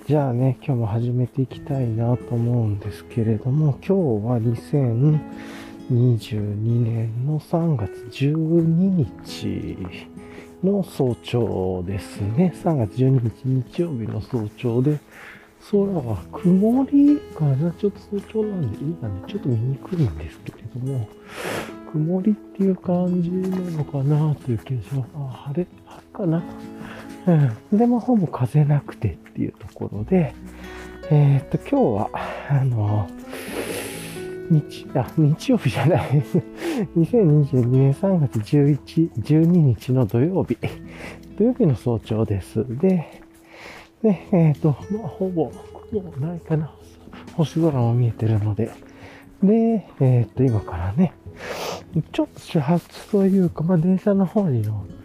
じゃあね、今日も始めていきたいなと思うんですけれども、今日は2022年の3月12日の早朝ですね。3月12日日曜日の早朝で、空は曇りかな、ちょっと早朝なんで、今ね、ちょっと見にくいんですけれども、曇りっていう感じなのかなという気がします。晴れかな。でもほぼ風なくてっていうところで、今日は、日曜日じゃないです。2022年3月12日の土曜日の早朝です。で、ほぼ、もうないかな。星空も見えてるので、で、今からね、ちょっと始発というか、電車の方に乗って、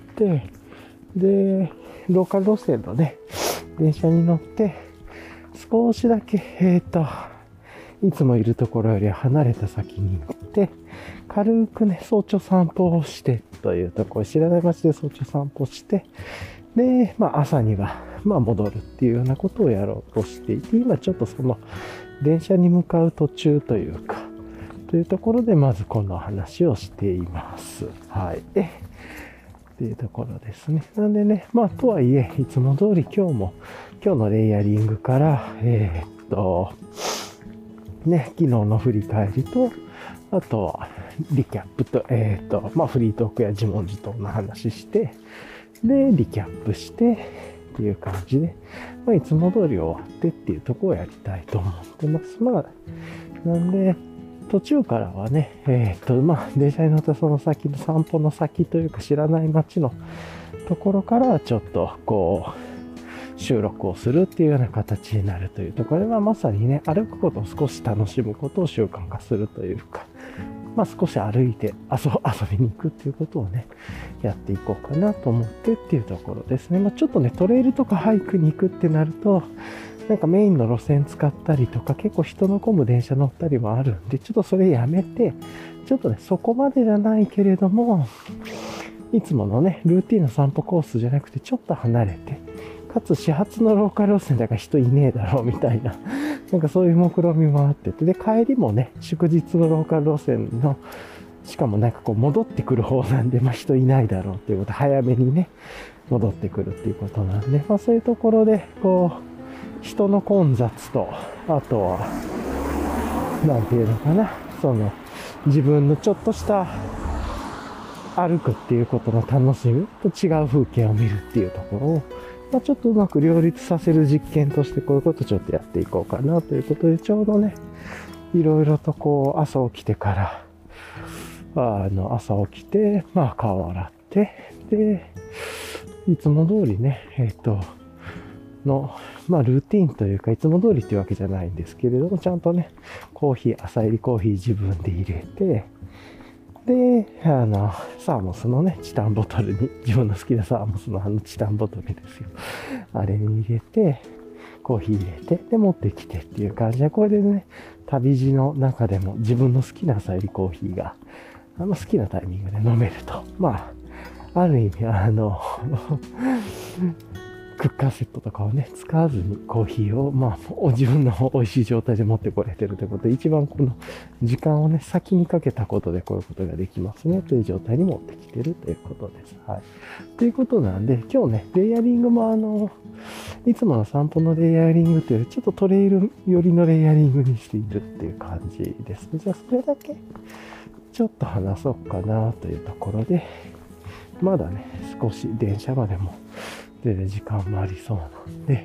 で、ローカル路線のね、電車に乗って、少しだけ、いつもいるところより離れた先に行って、軽くね、早朝散歩をしてというところ、知らない街で早朝散歩して、で、朝には、戻るっていうようなことをやろうとしていて、今ちょっとその、電車に向かう途中というか、というところで、まずこの話をしています。はい。っていうところですね。なんでね、とはいえ、いつも通り今日のレイヤリングから、昨日の振り返りと、あとは、リキャップと、フリートークや自問自答の話して、で、リキャップして、っていう感じで、いつも通り終わってっていうところをやりたいと思ってます。なんで、途中からはね、電車に乗ったその先の散歩の先というか知らない街のところからちょっと収録をするっていうような形になるというところで、まさにね、歩くことを少し楽しむことを習慣化するというか、少し歩いて遊びに行くっていうことをね、やっていこうかなと思ってっていうところですね。ちょっとね、トレイルとかハイクに行くってなると、なんかメインの路線使ったりとか、結構人の混む電車乗ったりもあるんで、ちょっとそれやめて、ちょっとね、そこまでじゃないけれども、いつものね、ルーティンの散歩コースじゃなくて、ちょっと離れて、かつ始発のローカル路線だから人いねえだろうみたいな、なんかそういう目論みもあってて、で、帰りもね、祝日のローカル路線の、しかもなんか戻ってくる方なんで、人いないだろうっていうことで、早めにね、戻ってくるっていうことなんで、そういうところで、人の混雑と、あとは、なんていうのかな、自分のちょっとした歩くっていうことの楽しみと違う風景を見るっていうところを、ちょっとうまく両立させる実験としてこういうことちょっとやっていこうかなということで、ちょうどね、いろいろと朝起きてから、朝起きて、顔洗って、で、いつも通りね、ルーティンというか、いつも通りっていうわけじゃないんですけれども、ちゃんとね、朝入りコーヒー自分で入れて、で、サーモスのね、チタンボトルに、自分の好きなサーモスのチタンボトルですよ。あれに入れて、コーヒー入れて、で、持ってきてっていう感じで、これでね、旅路の中でも自分の好きな朝入りコーヒーが、好きなタイミングで飲めると。ある意味、クッカーセットとかをね、使わずにコーヒーを、自分の美味しい状態で持ってこれてるということで、一番この時間をね、先にかけたことでこういうことができますね、という状態に持ってきてるということです。はい。ということなんで、今日ね、レイヤリングもいつもの散歩のレイヤリングというより、ちょっとトレイル寄りのレイヤリングにしているっていう感じですね。じゃあ、それだけ、ちょっと話そうかなというところで、まだね、少し電車までも、で時間もありそうなんで、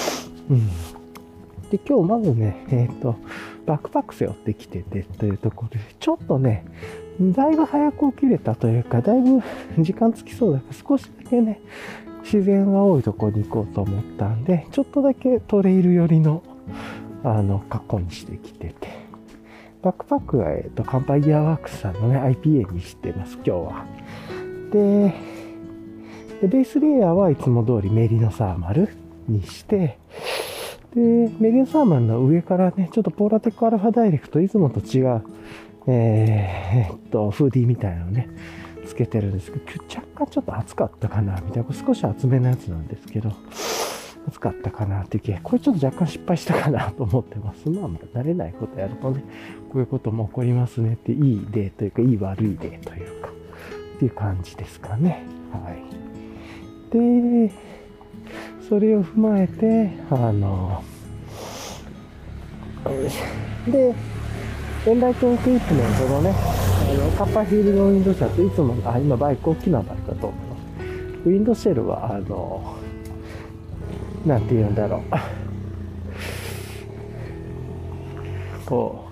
で、今日まずね、バックパック背負ってきててというところで、ちょっとね、だいぶ早く起きれたというか、だいぶ時間つきそうだから、少しだけね、自然が多いところに行こうと思ったんで、ちょっとだけトレイル寄りの、格好にしてきてて、バックパックは、カンパイギアワークスさんのね、IPA にしてます、今日は。で、ベースレイヤーはいつも通りメリノサーマルにして、で、メリノサーマルの上からね、ちょっとポーラテックアルファダイレクトいつもと違う、フーディーみたいなのね、つけてるんですけど、若干ちょっと暑かったかな、みたいな、少し厚めのやつなんですけど、 難かったかなっていう気が、これちょっと若干失敗したかなと思ってます。まあまあ、慣れないことやるとね、こういうことも起こりますねって、いい例というか、いい悪い例というか、っていう感じですかね。はい。で、それを踏まえて、で、エンライトンクイプメントのね、カッパーフィールドウィンドシェルといつも、今バイク大きなバイクだと思います。ウィンドシェルは、なんて言うんだろう。こ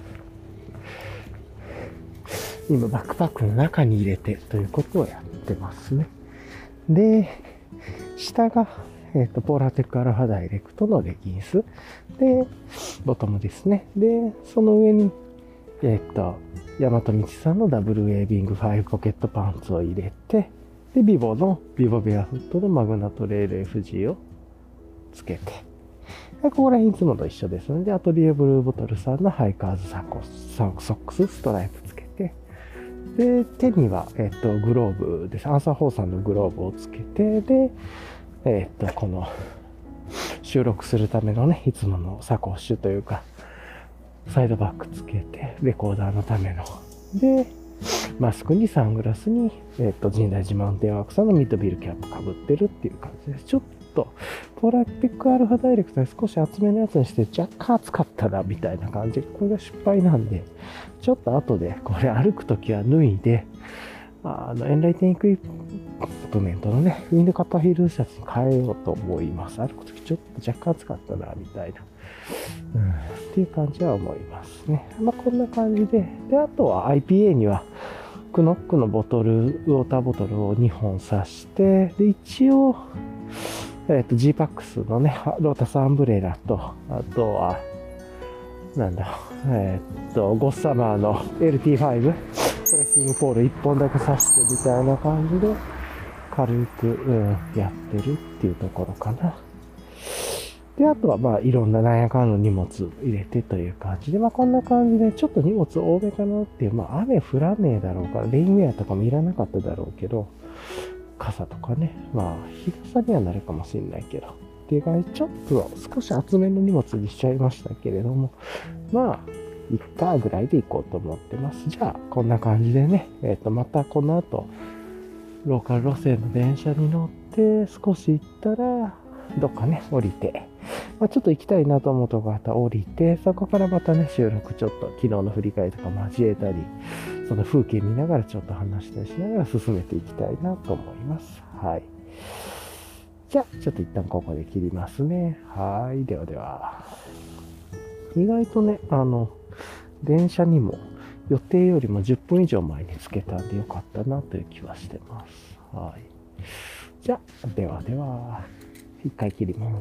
う、今バックパックの中に入れてということをやってますね。で、下が、ポーラーテックアルファダイレクトのレギンス。で、ボトムですね。で、その上に、ヤマトミチさんのダブルウェービング5ポケットパンツを入れて、で、ビボベアフットのマグナトレール FG をつけて、でここら辺いつもと一緒ですので、アトリエブルーボトルさんのハイカーズソックスストライプつけて、で、手には、グローブです。アンサー4さんのグローブをつけて、で、この、収録するためのね、いつものサコッシュというか、サイドバックつけて、レコーダーのための。で、マスクにサングラスに、神代寺マウンテンワークさんのミッドビルキャップ被ってるっていう感じです。ちょっと、ポーラーテックアルファダイレクトで少し厚めのやつにして若干厚かったな、みたいな感じ。これが失敗なんで、ちょっと後で、これ歩くときは脱いで、エンライテンエクイプメントのね、ウィンドカッパーフィールドシャツに変えようと思います。歩くときちょっと若干暑かったな、みたいな。っていう感じは思いますね。まあ、こんな感じで。で、あとは IPA には、クノックのボトル、ウォーターボトルを2本挿して、で、一応、G-PAX のね、ロータスアンブレラと、あとは、なんだ、ゴッサマーの LT5、トレッキングポール1本だけ挿してみたいな感じで、軽く、やってるっていうところかな。で、あとはまあいろんななんやかんの荷物入れてという感じで、まあこんな感じでちょっと荷物多めかなっていう、まあ雨降らねえだろうから、レインウェアとかもいらなかっただろうけど、傘とかね、まあ日傘にはなるかもしれないけど、っていう感じでちょっと少し厚めの荷物にしちゃいましたけれども、まあ、いっかぐらいで行こうと思ってます。じゃあ、こんな感じでね、またこの後、ローカル路線の電車に乗って少し行ったら、どっかね、降りて、まあ、ちょっと行きたいなと思うとこまた降りて、そこからまたね、収録ちょっと昨日の振り返りとか交えたり、その風景見ながらちょっと話したりしながら進めていきたいなと思います。はい。じゃあ、ちょっと一旦ここで切りますね。はい。ではでは。意外とね、電車にも予定よりも10分以上前につけたんでよかったなという気はしてます。はい。じゃあ、ではでは、一回切ります。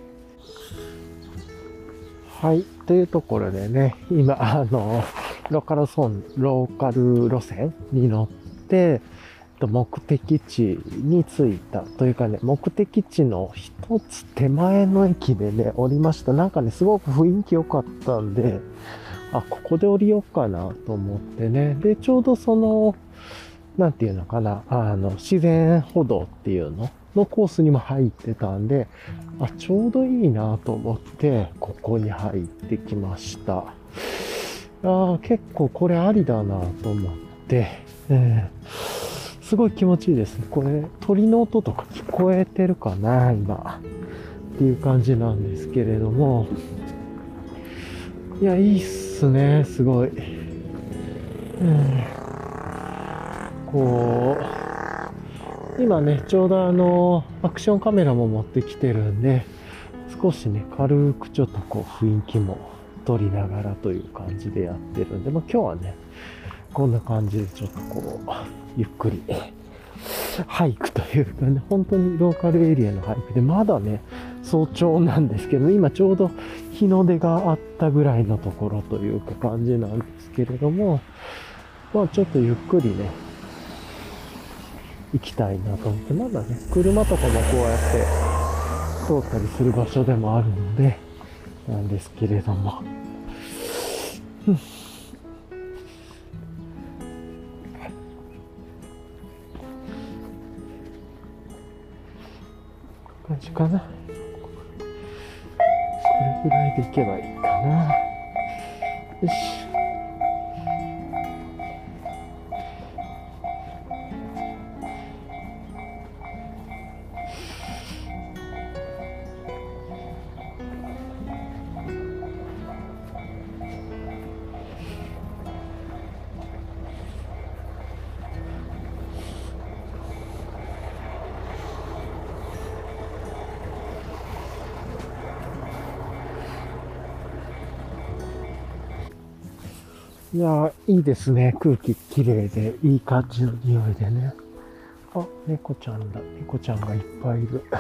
はい。というところでね、今、ローカル路線に乗って、目的地に着いたというかね、目的地の一つ手前の駅でね、降りました。なんかね、すごく雰囲気良かったんで、ここで降りようかなと思ってね。で、ちょうどその、なんていうのかな、自然歩道っていうのコースにも入ってたんで、ちょうどいいなと思って、ここに入ってきました。結構これありだなと思って、すごい気持ちいいですね。これ、鳥の音とか聞こえてるかな今。っていう感じなんですけれども。いや、いいっすね。すごい。こう、今ね、ちょうどアクションカメラも持ってきてるんで、少しね、軽くちょっとこう、雰囲気も撮りながらという感じでやってるんで、まあ今日はね、こんな感じでちょっとこう、ゆっくりハイクというかね、本当にローカルエリアのハイクで、まだね、早朝なんですけど、今ちょうど日の出があったぐらいのところというか感じなんですけれども、まあちょっとゆっくりね、行きたいなと思って、まだね、車とかもこうやって通ったりする場所でもあるので、なんですけれども。感じかな。こいでいけばいいかな。よし。いやー、いいですね。空気きれいで、いい感じの匂いでね。あ、猫ちゃんだ。猫ちゃんがいっぱいいる。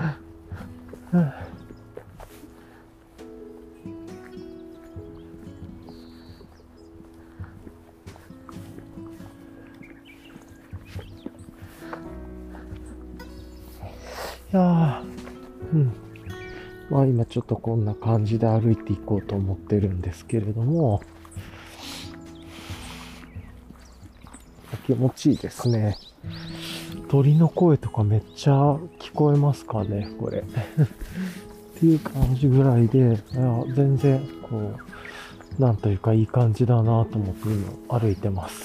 いやー、まあ今ちょっとこんな感じで歩いていこうと思ってるんですけれども、気持ちいいですね。鳥の声とかめっちゃ聞こえますかね、これ。っていう感じぐらいで、いや全然こう、なんというかいい感じだなと思って今歩いてます。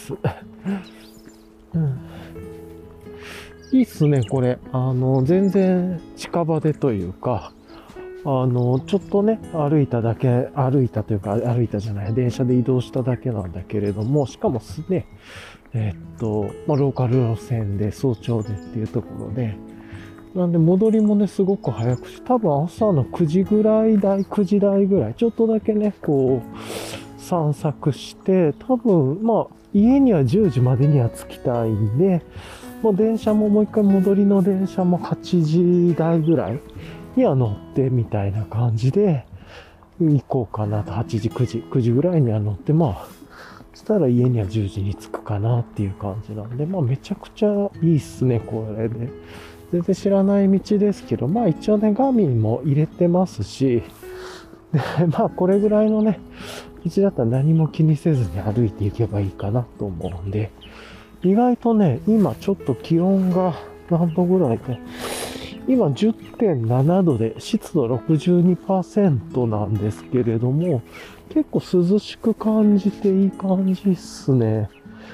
いいっすね、これ。全然近場でというか、ちょっとね、歩いたというか、歩いたじゃない、電車で移動しただけなんだけれども、しかもね、まあ、ローカル路線で早朝でっていうところで、なんで戻りもね、すごく早くし、多分朝の9時台ぐらい、ちょっとだけね、こう、散策して、多分、まあ、家には10時までには着きたいんで、もう電車ももう一回戻りの電車も8時台ぐらいには乗ってみたいな感じで行こうかなと、8時、9時ぐらいには乗って、まあ、そしたら家には10時に着くかなっていう感じなんで、まあめちゃくちゃいいっすね、これで。全然知らない道ですけど、まあ一応ね、ガーミンも入れてますし、でまあこれぐらいのね、道だったら何も気にせずに歩いていけばいいかなと思うんで、意外とね、今ちょっと気温が何度ぐらいで、今 10.7 度で湿度 62% なんですけれども、結構涼しく感じていい感じっすね。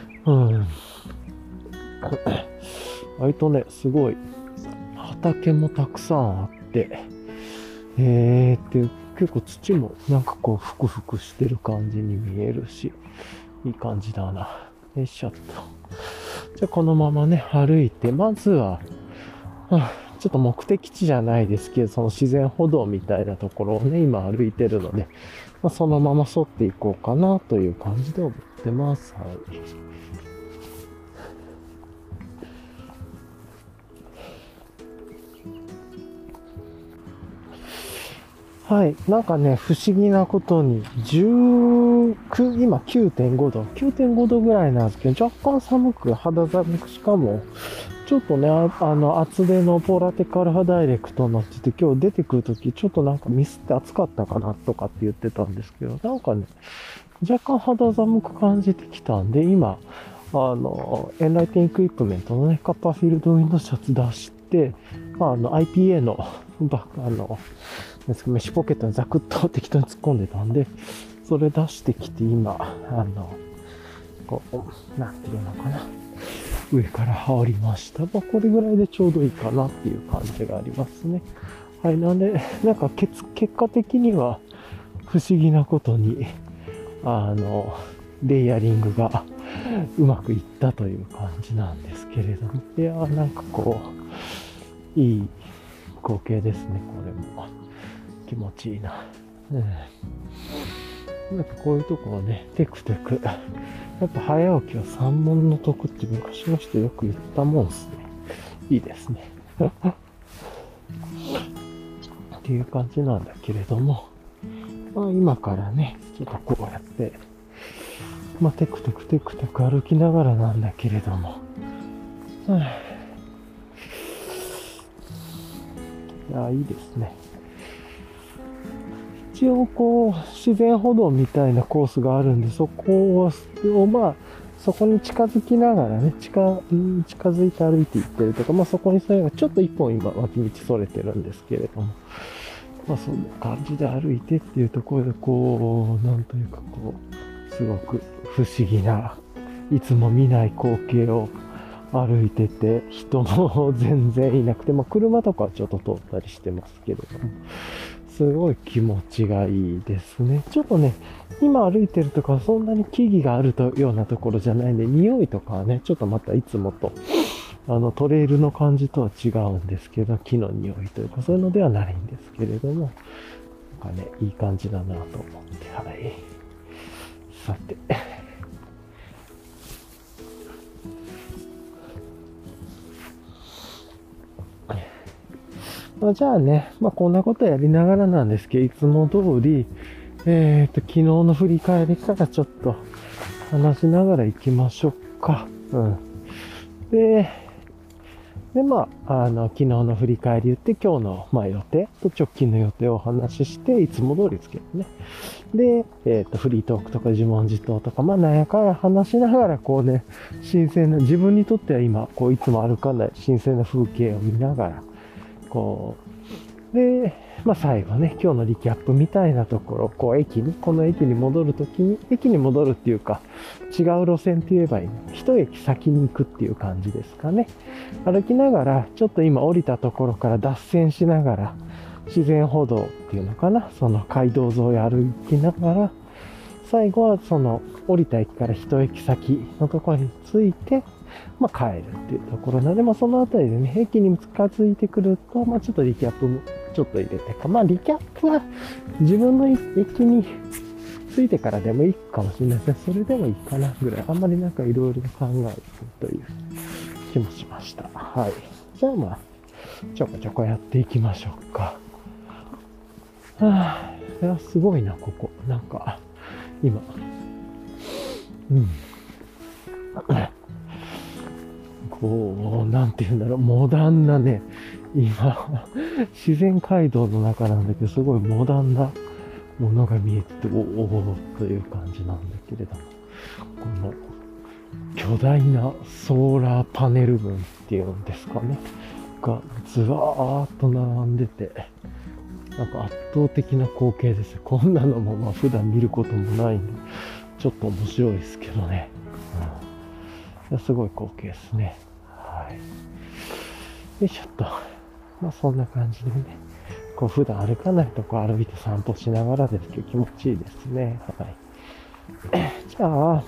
割とね、すごい畑もたくさんあって、結構土もなんかこうふくふくしてる感じに見えるし、いい感じだな。よいしょっと。じゃあこのままね、歩いて、まずは、ちょっと目的地じゃないですけど、その自然歩道みたいなところをね、今歩いてるので、まあ、そのまま沿っていこうかなという感じで思ってます。はい。はい。なんかね、不思議なことに、今9.5度、9.5度ぐらいなんですけど、若干肌寒く、しかも、ちょっとね、厚手のポーラテックアルファダイレクトになってて、今日出てくるとき、ちょっとなんかミスって暑かったかなとかって言ってたんですけど、なんかね、若干肌寒く感じてきたんで、今、エンライテンエクイプメントのね、カッパーフィールドウィンドシャツ出して、IPA のメッシュポケットにザクッと適当に突っ込んでたんで、それ出してきて今、こう、なんていうのかな。上から羽織りました。まあ、これぐらいでちょうどいいかなっていう感じがありますね。はい。なんで、なんか結果的には不思議なことに、レイヤリングがうまくいったという感じなんですけれども。いやーなんかこう、いい光景ですね、これも。気持ちいいな。なんかこういうとこはね、テクテク。やっぱ早起きは三文の得って昔の人よく言ったもんですね。いいですね。っていう感じなんだけれども、まあ今からね、ちょっとこうやって、まあテクテク歩きながらなんだけれども、いや、いいですね。一応こう、自然歩道みたいなコースがあるんで、そこを、まあ、そこに近づきながらね、近づいて歩いていってるとか、まあそこにそれがちょっと一本今脇道それてるんですけれども、 まあそんな感じで歩いてっていうところで、こう、なんというかこう、すごく不思議な、いつも見ない光景を歩いてて、人も全然いなくて、まあ車とかはちょっと通ったりしてますけれども、すごい気持ちがいいですね。ちょっとね、今歩いてるとかそんなに木々があるようなところじゃないんで、匂いとかはね、ちょっとまたいつもと、トレイルの感じとは違うんですけど、木の匂いというかそういうのではないんですけれども、なんかね、いい感じだなと思って、はい。さて。じゃあね、まあこんなことやりながらなんですけど、いつも通り、昨日の振り返りからちょっと話しながら行きましょうか。うん。で、まあ、昨日の振り返り言って、今日の、まあ、予定と直近の予定をお話しして、いつも通りですけどね。で、フリートークとか自問自答とか、まあ、なんやかんや話しながら、こうね、新鮮な、自分にとっては今、こう、いつも歩かない新鮮な風景を見ながら、こう、で、まあ最後ね、今日のリキャップみたいなところ、この駅に戻るときに、駅に戻るっていうか、違う路線って言えばいいね。一駅先に行くっていう感じですかね。歩きながら、ちょっと今降りたところから脱線しながら、自然歩道っていうのかな、その街道沿い歩きながら、最後はその降りた駅から一駅先のところに着いて、まあ帰るっていうところなので、まあそのあたりでね、駅に近づいてくると、まあちょっとリキャップもちょっと入れてか、まあリキャップは自分の駅に着いてからでもいいかもしれないですね。それでもいいかなぐらい、あんまりなんかいろいろ考えるという気もしました。はい。じゃあまあ、ちょこちょこやっていきましょうか。はぁ、いや、すごいな、ここ。なんか、今、こう、なんて言うんだろう、モダンなね、今、自然街道の中なんだけど、すごいモダンなものが見えてて、おおという感じなんだけれども、この巨大なソーラーパネル群っていうんですかね、がずらーっと並んでて、なんか圧倒的な光景ですよ。こんなのもまあ普段見ることもないんで、ちょっと面白いですけどね。すごい光景ですね。はい。よいしょっと。まあそんな感じでね。こう普段歩かないとこ歩いて散歩しながらですけど気持ちいいですね。はい。じゃあ、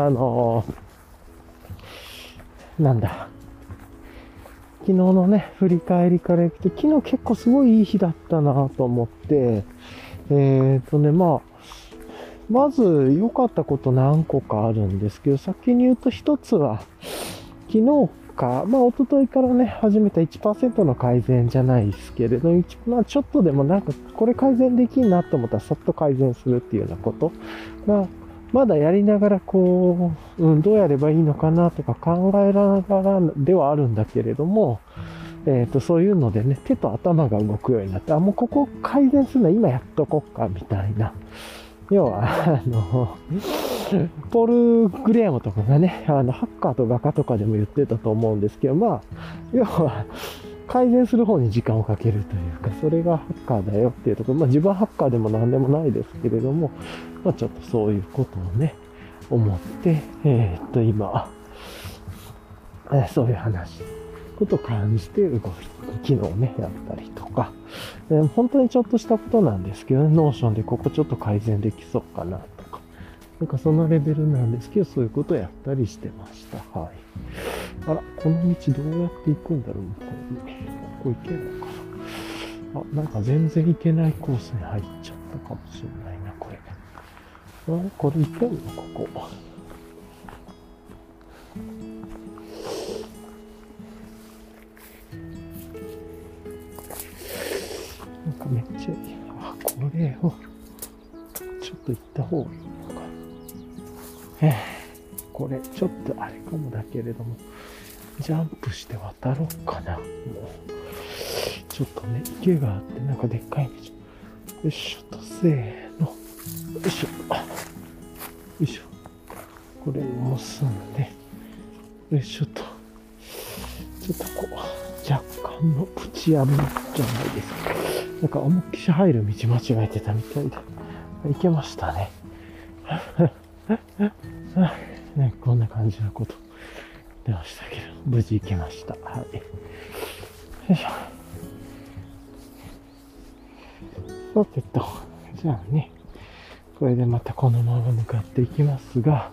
なんだ。昨日のね、振り返りからいくと、昨日結構すごいいい日だったなと思って、まあ、まず良かったこと何個かあるんですけど、先に言うと一つは、昨日か、まあ一昨日からね、始めた 1% の改善じゃないですけれど、まあちょっとでもなんかこれ改善できんなと思ったらさっと改善するっていうようなこと。まあ、まだやりながらこう、どうやればいいのかなとか考えながらではあるんだけれども、そういうのでね、手と頭が動くようになって、もうここ改善するのは今やっとこっか、みたいな。要は、ポール・グレアムとかがね、ハッカーと画家とかでも言ってたと思うんですけど、まあ、要は、改善する方に時間をかけるというか、それがハッカーだよっていうところ、まあ自分はハッカーでも何でもないですけれども、まあちょっとそういうことをね、思って、今、そういう話、ことを感じて動いて、昨日ね、やったりとか、本当にちょっとしたことなんですけど、ノーションでここちょっと改善できそうかなとか、なんかそのレベルなんですけど、そういうことをやったりしてました。はい。あら、この道どうやって行くんだろう、向こうに。ここ行けるのかな。なんか全然行けないコースに入っちゃったかもしれないな、これ。これ行けるの、ここ。なんかめっちゃいい。これを、ちょっと行った方がいいのか。これ、ちょっとあれかもだけれども、ジャンプして渡ろうかな。もう、ちょっとね、池があって、なんかでっかいんでしょ。よいしょと、せーの。よいしょ。よいしょ。これを結んで、よいしょと。ちょっとこう、若干のプチ破りじゃないですか。 なんか思いっきし入る道間違えてたみたいで、行けましたね。ね、こんな感じのこと出ましたけど、無事行けました。はい。よいしょ。さてと、じゃあね、これでまたこのまま向かっていきますが、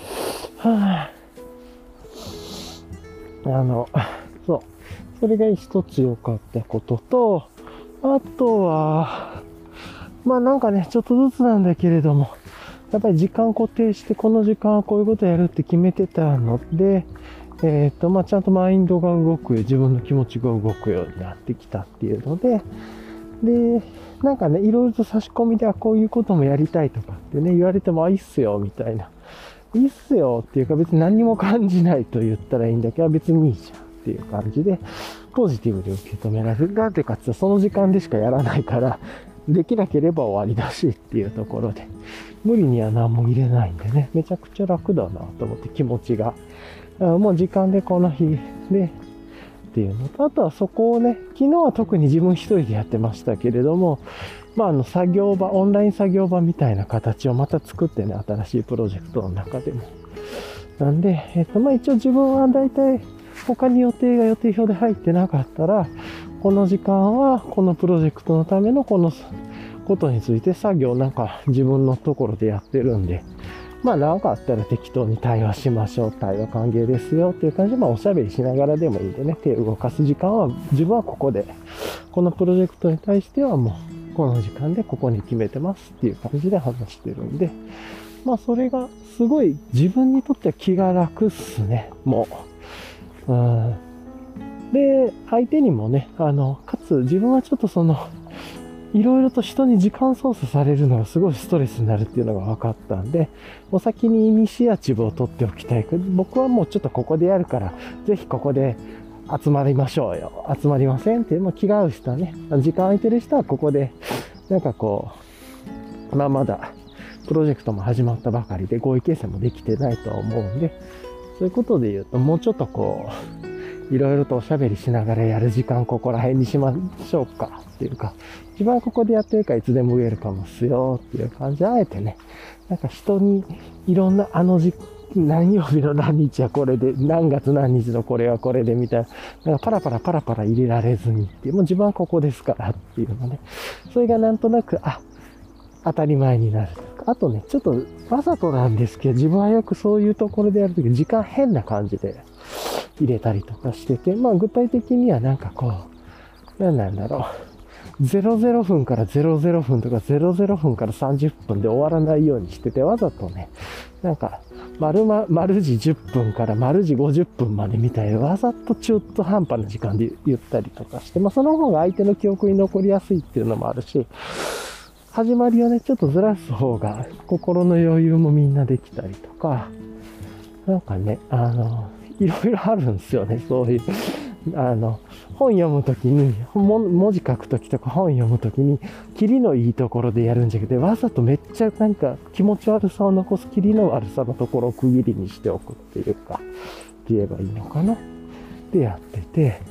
そう、それが一つ良かったことと、あとは、まあなんかね、ちょっとずつなんだけれども、やっぱり時間固定して、この時間はこういうことやるって決めてたので、まあちゃんとマインドが動く、自分の気持ちが動くようになってきたっていうので、で、なんかね、いろいろと差し込みではこういうこともやりたいとかってね、言われても、いいっすよ、みたいな。いいっすよっていうか別に何も感じないと言ったらいいんだけど、別にいいじゃんっていう感じで、ポジティブに受け止められる。なんていうかその時間でしかやらないから、できなければ終わりだしっていうところで、無理には何も入れないんでね、めちゃくちゃ楽だなと思って気持ちが。もう時間でこの日で、っていうのと、あとはそこをね、昨日は特に自分一人でやってましたけれども、まあ作業場、オンライン作業場みたいな形をまた作ってね、新しいプロジェクトの中でも。なんで、まあ一応自分はだいたい他に予定表で入ってなかったら、この時間はこのプロジェクトのためのこのことについて作業なんか自分のところでやってるんで、まあなんかあったら適当に対話しましょう。対話歓迎ですよっていう感じで、まあおしゃべりしながらでもいいんでね、手を動かす時間は自分はここで、このプロジェクトに対してはもうこの時間でここに決めてますっていう感じで話してるんで、まあそれがすごい自分にとっては気が楽っすね、もう。で、相手にもね、かつ自分はちょっといろいろと人に時間操作されるのがすごいストレスになるっていうのが分かったんで、お先にイニシアチブを取っておきたい。僕はもうちょっとここでやるから、ぜひここで集まりましょうよ。集まりませんって、気が合う人はね、時間空いてる人はここで、なんかこう、まあまだ、プロジェクトも始まったばかりで合意形成もできてないとは思うんで、そういうことで言うと、もうちょっとこう、いろいろとおしゃべりしながらやる時間ここら辺にしましょうかっていうか、自分はここでやってるからいつでもウェルカムっすよっていう感じで、あえてね、なんか人にいろんな何曜日の何日はこれで、何月何日のこれはこれでみたいな、なんかパラパラ入れられずにっていう、もう自分はここですからっていうのね、それがなんとなく、当たり前になるとか。あとね、ちょっとわざとなんですけど、自分はよくそういうところでやるとき、時間変な感じで入れたりとかしてて、まあ具体的にはなんかこう、何なんだろう。00分から00分とか00分から30分で終わらないようにしてて、わざとね、なんか、丸時10分から丸時50分までみたいな、わざと中途半端な時間で言ったりとかして、まあその方が相手の記憶に残りやすいっていうのもあるし、始まりをね、ちょっとずらす方が、心の余裕もみんなできたりとか、なんかね、いろいろあるんですよね、そういう。本読むときに、文字書くときとか本読むときに、キリのいいところでやるんじゃなくて、わざとめっちゃなんか気持ち悪さを残すキリの悪さのところを区切りにしておくっていうか、って言えばいいのかなってやってて、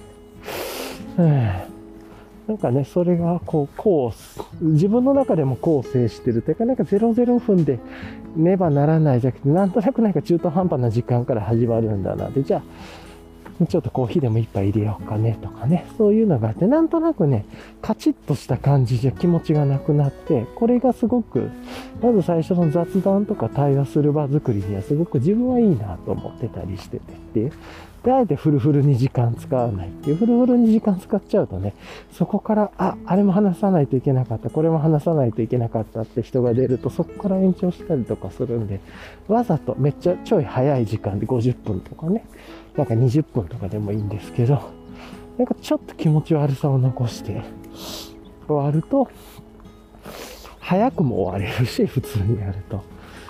なんかね、それが自分の中でも構成してるというか、なんか00分でねばならないじゃなくて、なんとなくなんか中途半端な時間から始まるんだな。で、じゃあ、ちょっとコーヒーでも一杯入れようかねとかね、そういうのがあって、なんとなくね、カチッとした感じじゃ気持ちがなくなって、これがすごく、まず最初の雑談とか対話する場作りにはすごく自分はいいなと思ってたりしててっていう。で、あえてフルフルに時間使わないっていう、フルフルに時間使っちゃうとね、そこから、あれも話さないといけなかった、これも話さないといけなかったって人が出ると、そこから延長したりとかするんで、わざとめっちゃちょい早い時間で50分とかね、なんか20分とかでもいいんですけど、なんかちょっと気持ち悪さを残して終わると、早くも終われるし、普通にやると。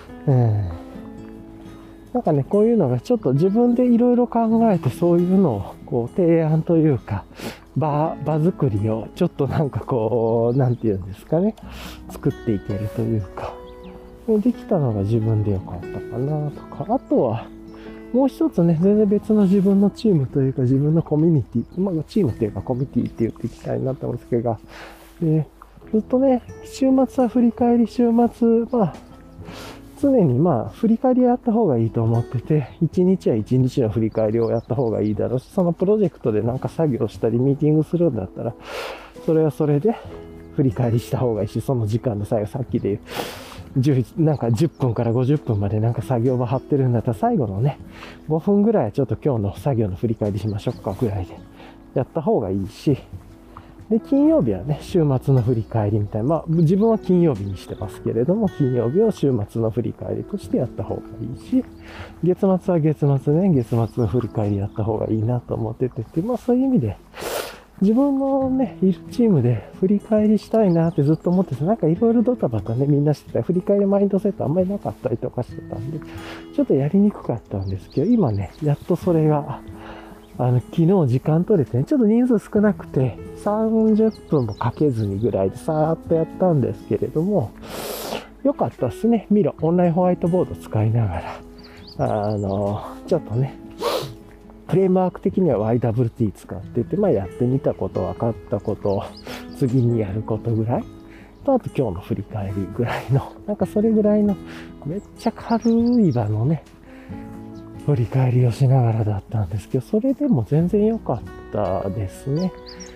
なんかね、こういうのがちょっと自分でいろいろ考えて、そういうのをこう提案というか、場作りをちょっとなんかこう、なんていうんですかね、作っていけるというか、できたのが自分でよかったかなとか、あとは、もう一つね、全然別の自分のチームというか自分のコミュニティ、まあチームというかコミュニティって言っていきたいなと思うんですけど、 で、ずっとね、週末は振り返り、週末、常に振り返りやった方がいいと思ってて、一日は一日の振り返りをやった方がいいだろうし、そのプロジェクトでなんか作業したりミーティングするんだったら、それはそれで振り返りした方がいいし、その時間の最後、さっきで言う、なんか10分から50分までなんか作業場張ってるんだったら、最後のね、5分ぐらいはちょっと今日の作業の振り返りしましょうかぐらいでやった方がいいし、で、金曜日はね、週末の振り返りみたいな。自分は金曜日にしてますけれども、金曜日を週末の振り返りとしてやった方がいいし、月末は月末ね、月末の振り返りやった方がいいなと思ってて、そういう意味で、自分のね、いるチームで振り返りしたいなってずっと思ってて、なんかいろいろドタバタね、みんなしてた。振り返りマインドセットあんまりなかったりとかしてたんで、ちょっとやりにくかったんですけど、今ね、やっとそれが、昨日時間取れてね、ちょっと人数少なくて、30分もかけずにぐらいでさーっとやったんですけれども、よかったですね。ミロ、オンラインホワイトボード使いながら、ちょっとね、フレームワーク的には YWT 使ってて、やってみたこと、分かったこと、次にやることぐらいと、あと今日の振り返りぐらいの、なんかそれぐらいの、めっちゃ軽い場のね、振り返りをしながらだったんですけど、それでも全然良かったですね。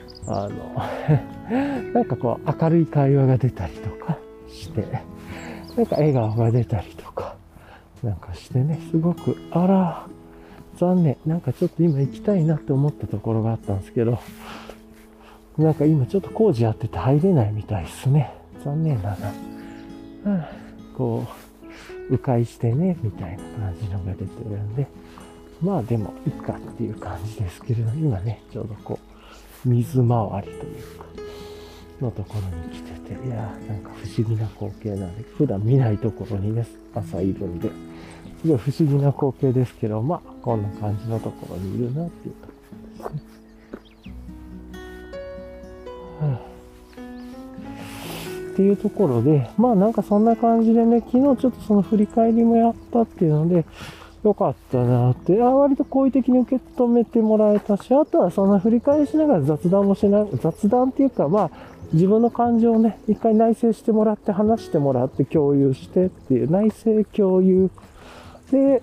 なんかこう明るい会話が出たりとかして、なんか笑顔が出たりとか、なんかしてね、すごく、あら、残念。なんかちょっと今行きたいなって思ったところがあったんですけど、なんか今ちょっと工事やってて入れないみたいですね。残念だな。こう、迂回してね、みたいな感じのが出てるんで、でもいいかっていう感じですけれど、今ね、ちょうどこう、水回りというか、のところに来てて、いやーなんか不思議な光景なんで、普段見ないところにね、朝いるんで、すごい不思議な光景ですけど、こんな感じのところにいるなっていうところですね。っていうところで、なんかそんな感じでね、昨日ちょっとその振り返りもやったっていうので、よかったなって、割と好意的に受け止めてもらえたし、あとはその振り返りしながら雑談もしながら、雑談っていうか自分の感情をね、一回内省してもらって、話してもらって共有してっていう内省共有で、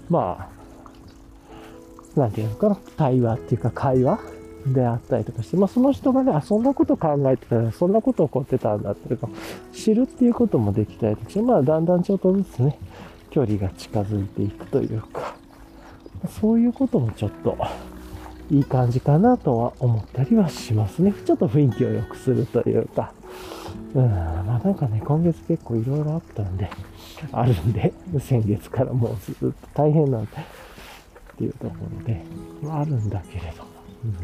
なんていうのかな、対話っていうか会話であったりとかして、その人がね、そんなこと考えてたら、そんなこと起こってたんだっていうか、知るっていうこともできたりとかして、だんだんちょっとずつね、距離が近づいていくというか、そういうこともちょっといい感じかなとは思ったりはしますね。ちょっと雰囲気を良くするというか、なんかね、今月結構いろいろあるんで、先月からもうずっと大変なんで、っていうところで、あるんだけれども。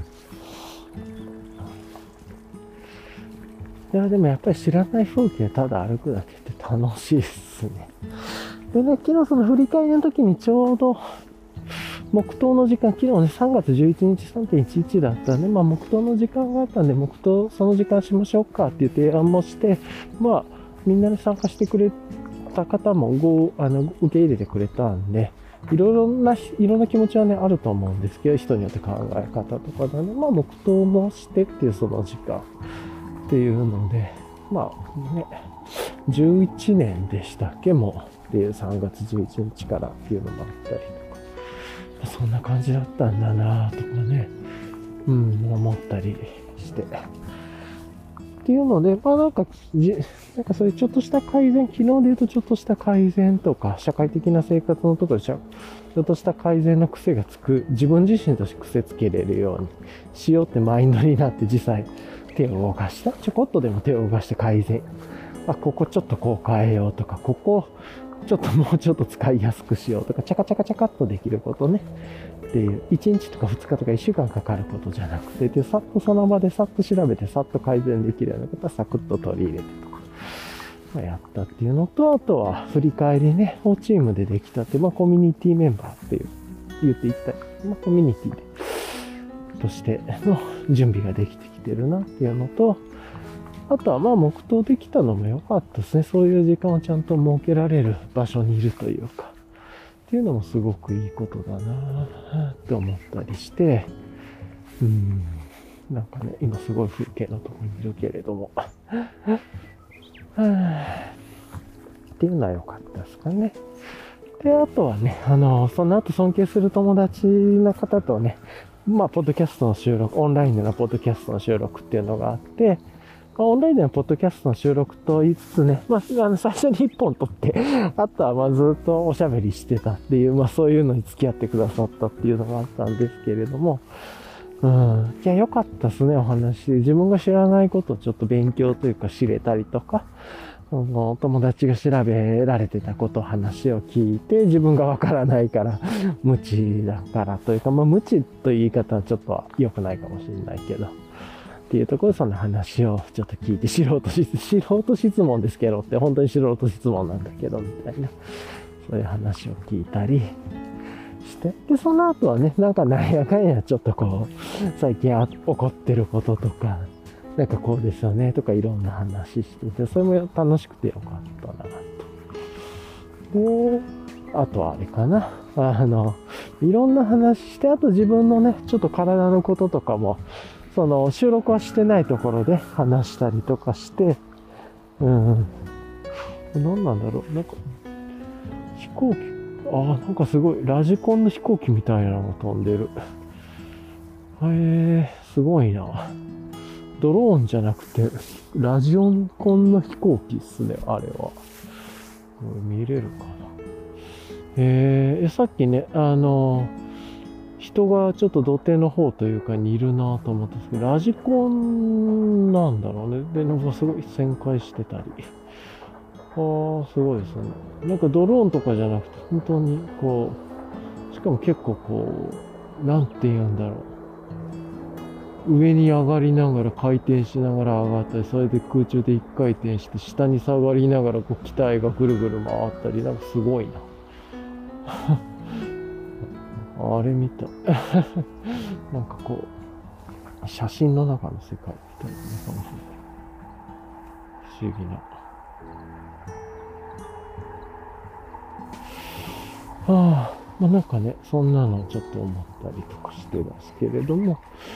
いや、でもやっぱり知らない風景ただ歩くだけって楽しいっすね。でね、昨日その振り返りの時にちょうど、黙祷の時間、昨日ね、3月11日 3.11 だったんで、黙祷の時間があったんで、黙祷その時間しましょうかっていう提案もして、みんなで参加してくれた方も受け入れてくれたんで、いろんな気持ちはね、あると思うんですけど、人によって考え方とかでね、黙祷もしてっていうその時間っていうので、11年でしたっけもっていう3月11日からっていうのもあったりとか、そんな感じだったんだなとかね、思ったりして。っていうので、なんかそういうちょっとした改善、昨日で言うとちょっとした改善とか、社会的な生活のところでちょっとした改善の癖がつく、自分自身として癖つけれるようにしようってマインドになって実際手を動かした。ちょこっとでも手を動かして改善。ここちょっとこう変えようとか、ここちょっともうちょっと使いやすくしようとか、チャカチャカっとできることね。っていう、1日とか2日とか1週間かかることじゃなくて、さっとその場でさっと調べて、さっと改善できるようなことはサクッと取り入れてとか、やったっていうのと、あとは振り返りね、チームでできたって、コミュニティメンバーっていう、言っていったり、コミュニティで、としての準備ができてきてるなっていうのと、あとは黙祷できたのも良かったですね。そういう時間をちゃんと設けられる場所にいるというか、っていうのもすごくいいことだなって思ったりして、 なんかね、今すごい風景のところにいるけれども。っていうのは良かったですかね。で、あとはね、その後尊敬する友達の方とね、まあ、ポッドキャストの収録、オンラインでのポッドキャストの収録っていうのがあって、まあ、オンラインでのポッドキャストの収録と言いつつね、まあ、最初に1本撮って、あとはまあずっとおしゃべりしてたっていう、まあそういうのに付き合ってくださったっていうのがあったんですけれども、いや、良かったですね、お話。自分が知らないことをちょっと勉強というか知れたりとか、友達が調べられてたこと、話を聞いて、自分がわからないから、無知だからというか、まあ無知という言い方はちょっと良くないかもしれないけど、っていうところでその話をちょっと聞いて、素人質問ですけどって、本当に素人質問なんだけど、みたいな、そういう話を聞いたりして、で、その後はね、なんかなんやかんやちょっとこう、最近起こってることとか、なんかこうですよねとかいろんな話していて、それも楽しくてよかったなと。で、あとはあれかな。いろんな話して、あと自分のね、ちょっと体のこととかも、その収録はしてないところで話したりとかして、何なんだろう。なんか、飛行機、なんかすごい、ラジコンの飛行機みたいなのが飛んでる。すごいな。ドローンじゃなくて、ラジコンの飛行機っすね、あれは。これ見れるかな。さっきね、人がちょっと土手の方というかにいるなと思ったんですけど、ラジコンなんだろうね。で、なんかすごい旋回してたり。すごいですね。なんかドローンとかじゃなくて、本当にこう、しかも結構こう、なんて言うんだろう。上に上がりながら回転しながら上がったり、それで空中で一回転して下に下がりながらこう機体がぐるぐる回ったり、なんかすごいな。あれみたい。なんかこう、写真の中の世界みたいなね、かもしれない。不思議な。まあなんかね、そんなのをちょっと思ったりとかしてますけれども、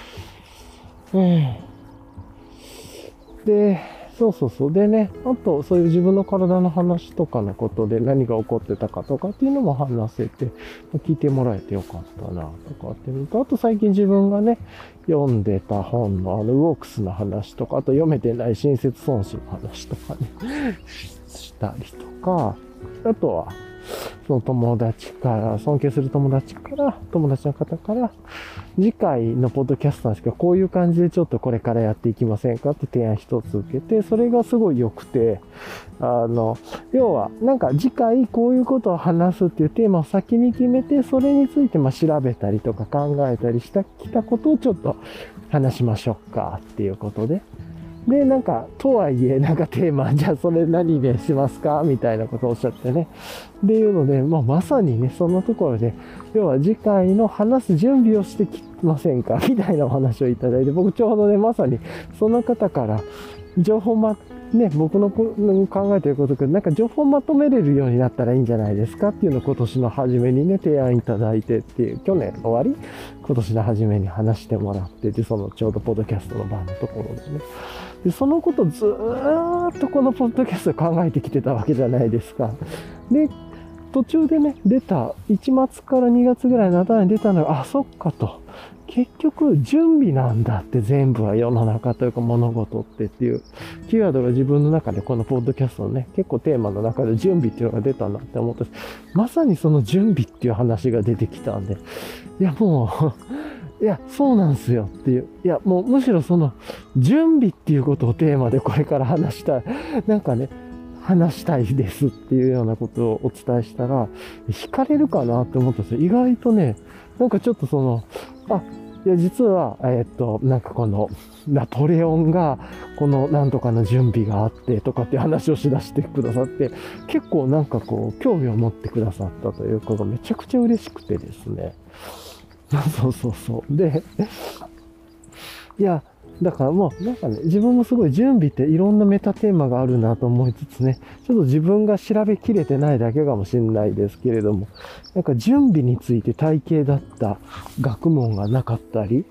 で、そう。でね、あと、そういう自分の体の話とかのことで何が起こってたかとかっていうのも話せて、聞いてもらえてよかったな、とかっていうのと、あと最近自分がね、読んでた本のウォークスの話とか、あと読めてない親切損失の話とかね、したりとか、あとは、その友達から、尊敬する友達の方から、次回のポッドキャストなんですけど、こういう感じでちょっとこれからやっていきませんかって提案一つ受けて、それがすごい良くて、要は、なんか次回こういうことを話すっていうテーマを先に決めて、それについて調べたりとか考えたりしてきたことをちょっと話しましょうかっていうことで。で、なんか、とはいえ、なんかテーマ、じゃあそれ何でしますかみたいなことをおっしゃってね。っていうので、まさにね、そのところで、要は次回の話す準備をしてきませんかみたいなお話をいただいて、僕ちょうどね、まさにその方から情報僕の考えていることけど、なんか情報まとめれるようになったらいいんじゃないですかっていうのを今年の初めにね、提案いただいてっていう、去年終わり今年の初めに話してもらってて、そのちょうどポッドキャストの場のところでね。で、そのことずーっとこのポッドキャスト考えてきてたわけじゃないですか。で、途中でね、出た、1月から2月ぐらいの頭に出たのが、そっかと。結局、準備なんだって全部は世の中というか物事ってっていうキーワードが自分の中でこのポッドキャストのね、結構テーマの中で準備っていうのが出たなって思って、まさにその準備っていう話が出てきたんで、いやもう、いや、そうなんすよっていう。いや、もうむしろその準備っていうことをテーマでこれから話したい。なんかね、話したいですっていうようなことをお伝えしたら、惹かれるかなって思ったんですよ。意外とね、なんかちょっとその、いや、実は、なんかこの、ナポレオンが、このなんとかの準備があってとかって話をしだしてくださって、結構なんかこう、興味を持ってくださったということがめちゃくちゃ嬉しくてですね。そう。で、いや、だからもうなんかね、自分もすごい準備っていろんなメタテーマがあるなと思いつつね、ちょっと自分が調べきれてないだけかもしれないですけれども、なんか準備について体系だった学問がなかったり、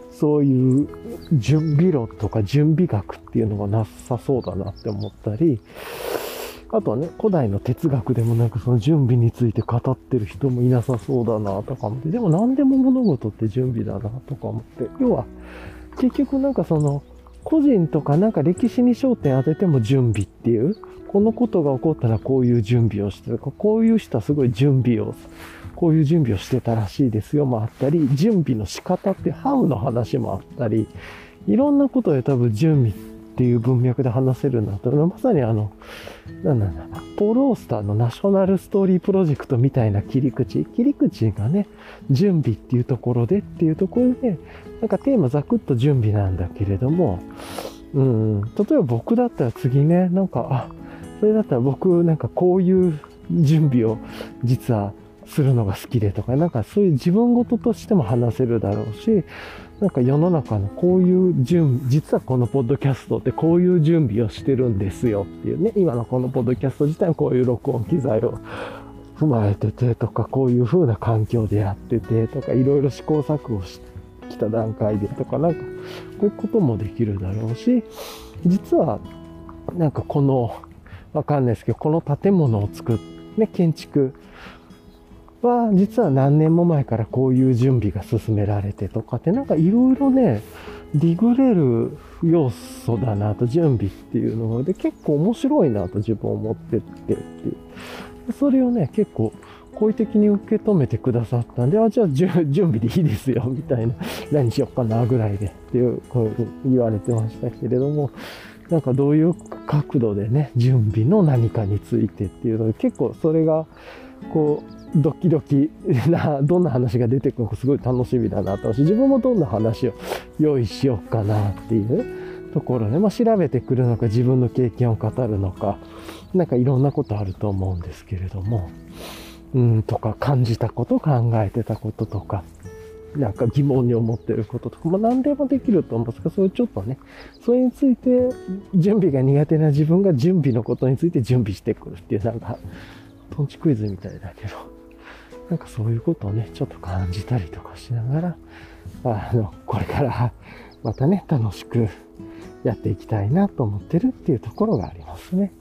そういう準備論とか準備学っていうのがなさそうだなって思ったり、あとはね、古代の哲学でもなんかその準備について語ってる人もいなさそうだなとか思って、でも何でも物事って準備だなとか思って、要は結局なんかその個人とかなんか歴史に焦点当てても準備っていう、このことが起こったらこういう準備をしてるか、こういう人はすごいこういう準備をしてたらしいですよもあったり、準備の仕方ってハウの話もあったり、いろんなことで多分準備っていう文脈で話せるなと、まさにポール・オースターのナショナルストーリープロジェクトみたいな切り口がね、準備っていうところでなんかテーマざくっと準備なんだけれども、例えば僕だったら次ね、なんか、それだったら僕なんかこういう準備を実はするのが好きでとか、なんかそういう自分事としても話せるだろうし、なんか世の中のこういう実はこのポッドキャストってこういう準備をしてるんですよっていうね、今のこのポッドキャスト自体はこういう録音機材を踏まえててとか、こういう風な環境でやっててとか、いろいろ試行錯誤してきた段階でとか、なんかこういうこともできるだろうし、実はなんかわかんないですけど、この建物を建築は実は何年も前からこういう準備が進められてとかって、なんかいろいろね、ディグれる要素だなと、準備っていうので結構面白いなと自分思ってってっていう。それをね、結構好意的に受け止めてくださったんで、じゃあ準備でいいですよみたいな、何しよっかなぐらいでっていう言われてましたけれども、なんかどういう角度でね、準備の何かについてっていうので、結構それがこうドキドキな、どんな話が出てくるのかすごい楽しみだなと思うし、自分もどんな話を用意しようかなっていうところで、調べてくるのか自分の経験を語るのか、なんかいろんなことあると思うんですけれども、とか感じたこと、考えてたこととか、なんか疑問に思ってることとか、何でもできると思うんですけど、それちょっとね、それについて準備が苦手な自分が準備のことについて準備してくるっていう、なんかトンチクイズみたいだけど、なんかそういうことをね、ちょっと感じたりとかしながら、これからまたね、楽しくやっていきたいなと思ってるっていうところがありますね。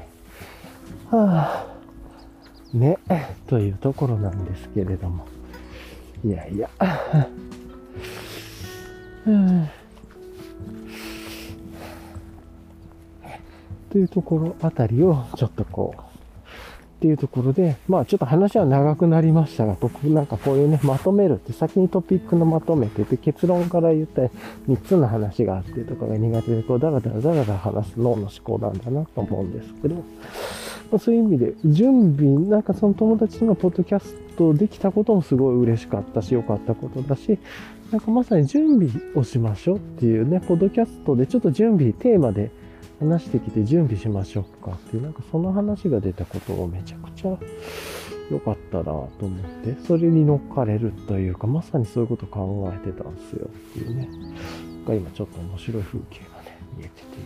はい。ね、というところなんですけれども。いやいや。というところあたりをちょっとっていうところで、ちょっと話は長くなりましたが、僕なんかこういうね、まとめるって先にトピックのまとめてて、結論から言った3つの話があってとかが苦手で、ダラダラ話す脳の思考なんだなと思うんですけど、そういう意味で、準備、なんかその友達のポッドキャストできたこともすごい嬉しかったし、良かったことだし、なんかまさに準備をしましょうっていうね、ポッドキャストでちょっと準備、テーマで話してきて準備しましょうかっていう、なんかその話が出たことをめちゃくちゃ良かったなと思って、それに乗っかれるというか、まさにそういうこと考えてたんですよっていうね。今ちょっと面白い風景がね、見えてていいです。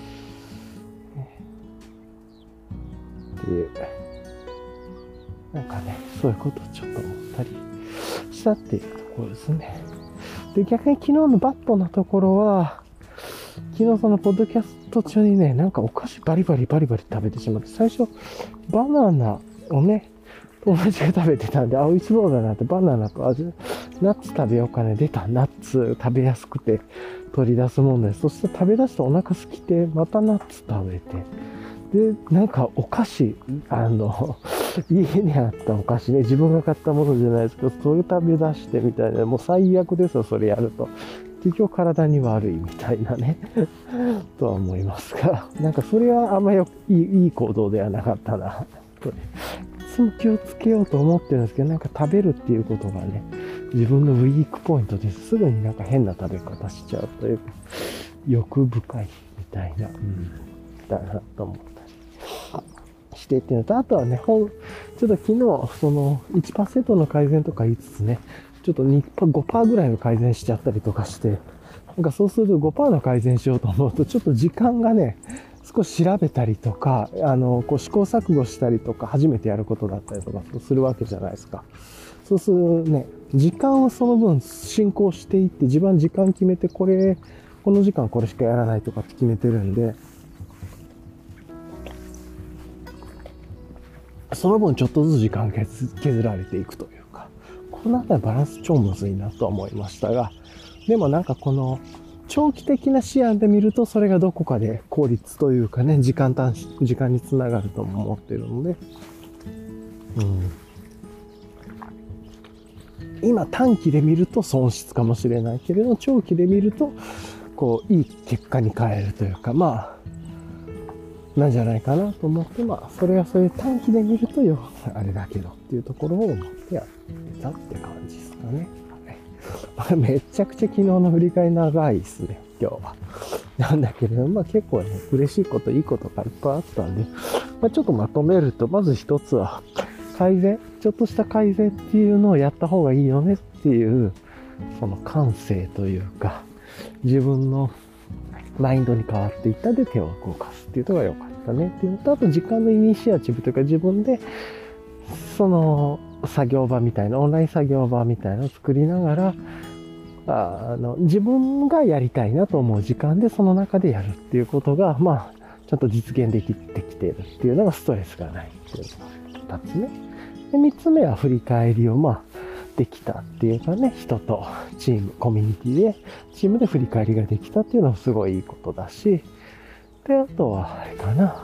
っていう、なんかね、そういうことをちょっと思ったりしたっていうところですね。で、逆に昨日のバットなところは、昨日そのポッドキャスト中にね、なんかお菓子バリバリ食べてしまって、最初バナナをね、友達が食べてたんで、美味しそうだなって、バナナとナッツ食べようかね、出た、ナッツ食べやすくて取り出すもんです。そして食べ出してお腹空きて、またナッツ食べて、で、なんかお菓子、家にあったお菓子ね、自分が買ったものじゃないですけど、それ食べ出してみたいな、もう最悪ですよ、それやると。結局体に悪いみたいなね、とは思いますが、なんかそれはあんまりいい行動ではなかったな、と。いつも気をつけようと思ってるんですけど、なんか食べるっていうことがね、自分のウィークポイントです。すぐになんか変な食べ方しちゃうというか、欲深いみたいな、だなと思ったりしてっていうのと、あとはね、ちょっと昨日、その 1% の改善とか言いつつね、ちょっと 5% ぐらいの改善しちゃったりとかして、なんかそうすると 5% の改善しようと思うと、ちょっと時間がね、少し調べたりとか、試行錯誤したりとか、初めてやることだったりとかするわけじゃないですか。 そうするね、時間はその分進行していって、自分は時間決めて、この時間これしかやらないとかって決めてるんで、その分ちょっとずつ時間削られていくというか、このあたりバランス超むずいなとは思いましたが、でもなんかこの長期的な視野で見ると、それがどこかで効率というかね、時間につながるとも思ってるので、今短期で見ると損失かもしれないけれど、長期で見るとこういい結果に変えるというか、まあなんじゃないかなと思って、まあそれはそういう短期で見るとあれだけどっていうところを思ってやってたって感じですかね。はい、めちゃくちゃ昨日の振り返り長いですね、今日は。なんだけれど、まあ結構ね、嬉しいこと、いいことがいっぱいあったんで、まあ、ちょっとまとめると、まず一つは、ちょっとした改善っていうのをやった方がいいよねっていう、その感性というか、自分のマインドに変わっていったで手を動かすっていうのが良かったねっていうのと、あと時間のイニシアチブというか自分で、その作業場みたいな、オンライン作業場みたいなのを作りながら、自分がやりたいなと思う時間でその中でやるっていうことが、まあ、ちゃんと実現できてきているっていうのがストレスがないっていうのが2つ目。で、3つ目は振り返りを、まあ、できたっていうかね、人とチーム、コミュニティで、チームで振り返りができたっていうのはすごいいいことだし、で、あとは、あれかな、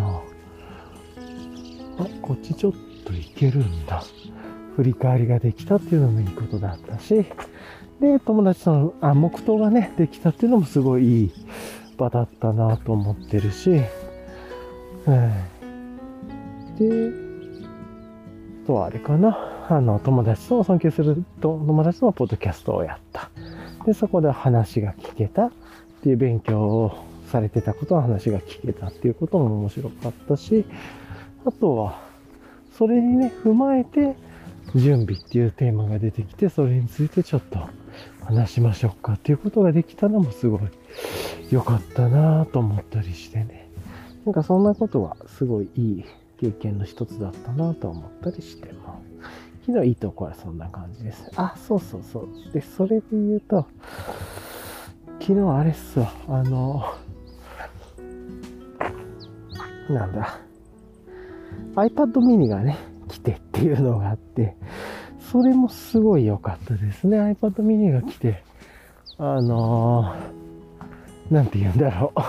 こっちちょっといけるんだ。振り返りができたっていうのもいいことだったし、で、友達との、黙祷がね、できたっていうのもすごいいい場だったなと思ってるし、で、あとはあれかな、友達と尊敬する友達とのポッドキャストをやった。で、そこで話が聞けたっていう勉強をされてたことの話が聞けたっていうことも面白かったし、あとは、それにね、踏まえて、準備っていうテーマが出てきて、それについてちょっと話しましょうかっていうことができたのもすごい良かったなぁと思ったりしてね。なんかそんなことはすごいいい経験の一つだったなぁと思ったりしてます。昨日いいとこはそんな感じです。そうそうそう。で、それで言うと、昨日あれっすわ、なんだ、iPad mini がね、来てっていうのがあって、それもすごい良かったですね。iPad mini が来て、なんて言うんだろう。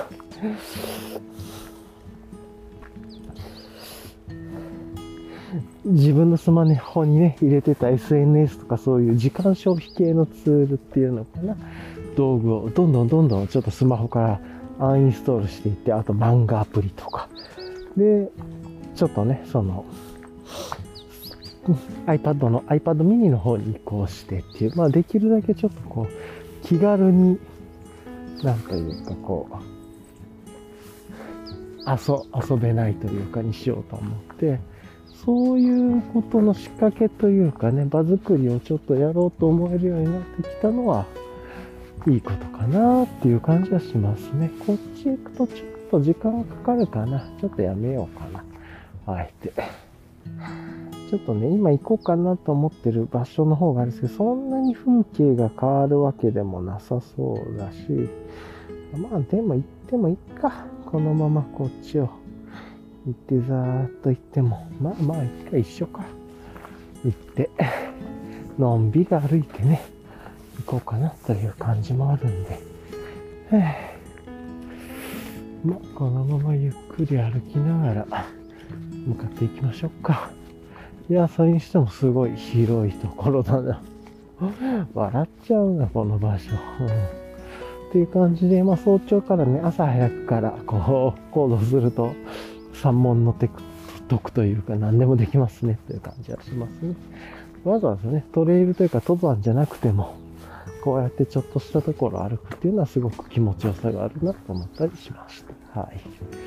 自分のスマホにね、入れてた SNS とかそういう時間消費系のツールっていうのかな。道具をどんどんちょっとスマホからアンインストールしていって、あと漫画アプリとか。で、ちょっとね、iPad mini の方に移行してっていう、まあできるだけちょっとこう、気軽に、なんというかこう、遊べないというかにしようと思って、そういうことの仕掛けというかね、場作りをちょっとやろうと思えるようになってきたのは、いいことかなっていう感じはしますね。こっち行くとちょっと時間かかるかな。ちょっとやめようかな。あえて。ちょっとね、今行こうかなと思ってる場所の方があるんですけど、そんなに風景が変わるわけでもなさそうだし、まあでも行ってもいいか。このままこっちを行ってざーっと行っても、まあ一緒か。行って、のんびり歩いてね、行こうかなという感じもあるんで。まあこのままゆっくり歩きながら向かっていきましょうか。いや、それにしてもすごい広いところだな。笑っちゃうな、この場所。っていう感じで、まあ早朝からね、朝早くからこう行動すると、三文の得というか何でもできますねという感じはしますね。わざわざね、トレイルというか登山じゃなくても、こうやってちょっとしたところを歩くっていうのはすごく気持ちよさがあるなと思ったりしました。はい。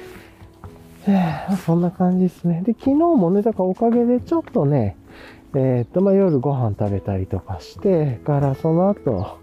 そんな感じですね。で、昨日もね、だからおかげでちょっとね、まあ、夜ご飯食べたりとかして、からその後、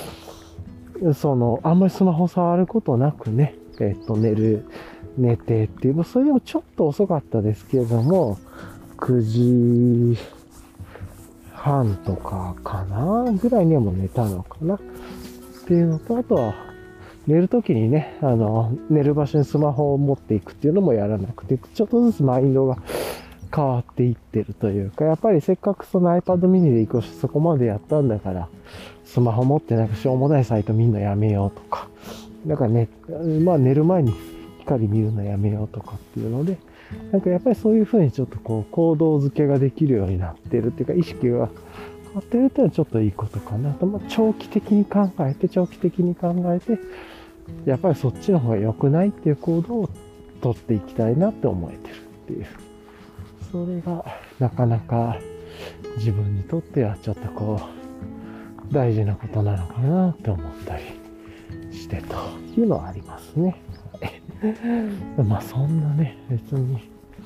あんまりスマホ触ることなくね、寝てっていう、それでもちょっと遅かったですけれども、9時半とかかなぐらいにはもう寝たのかなっていうのと、あとは寝るときにね、寝る場所にスマホを持っていくっていうのもやらなくて、ちょっとずつマインドが変わっていってるというか、やっぱりせっかくその iPad mini で移行してそこまでやったんだから、スマホ持ってなんかしょうもないサイト見るのやめようとか、だからね、まあ寝る前に光見るのやめようとかっていうので、なんかやっぱりそういう風にちょっとこう行動付けができるようになってるっていうか、意識が変わってるっていうのはちょっといいことかなと、まあ、長期的に考えて、やっぱりそっちの方が良くないっていう行動を取っていきたいなって思えてるっていう。それがなかなか自分にとってはちょっとこう大事なことなのかなって思ったりしてというのはありますね。まあそんなね、別に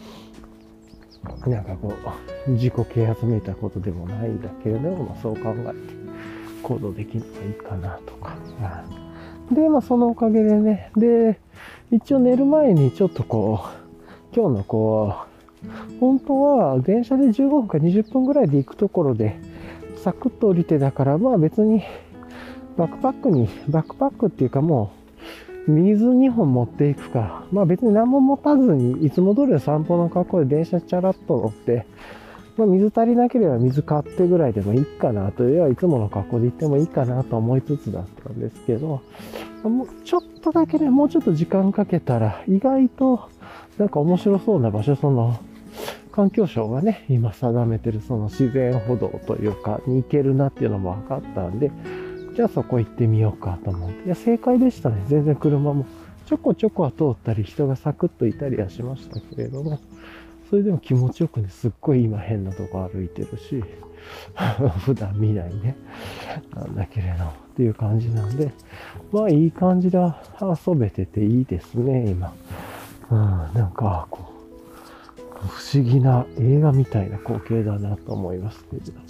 なんかこう自己啓発めいたことでもないんだけれども、まあ、そう考えて行動できるのがいいかなとか。で、まあそのおかげでね、で、一応寝る前にちょっとこう、今日のこう、本当は電車で15分か20分ぐらいで行くところで、サクッと降りてだから、まあ別にバックパックっていうかもう、水2本持っていくか、まあ別に何も持たずに、いつも通りの散歩の格好で電車チャラッと乗って、まあ水足りなければ水買ってぐらいでもいいかなというよりはいつもの格好で行ってもいいかなと思いつつだったんですけど、もうちょっとだけね、もうちょっと時間かけたら、意外となんか面白そうな場所、その、環境省がね、今定めてるその自然歩道というか、に行けるなっていうのも分かったんで、じゃあそこ行ってみようかと思って。いや、正解でしたね。全然車もちょこちょこは通ったり、人がサクッといたりはしましたけれども、それでも気持ちよくね、すっごい今変なとこ歩いてるし、普段見ないね、なんだけれど、っていう感じなんで、まあいい感じで遊べてていいですね、今。なんか、こう、不思議な映画みたいな光景だなと思いますけれど。で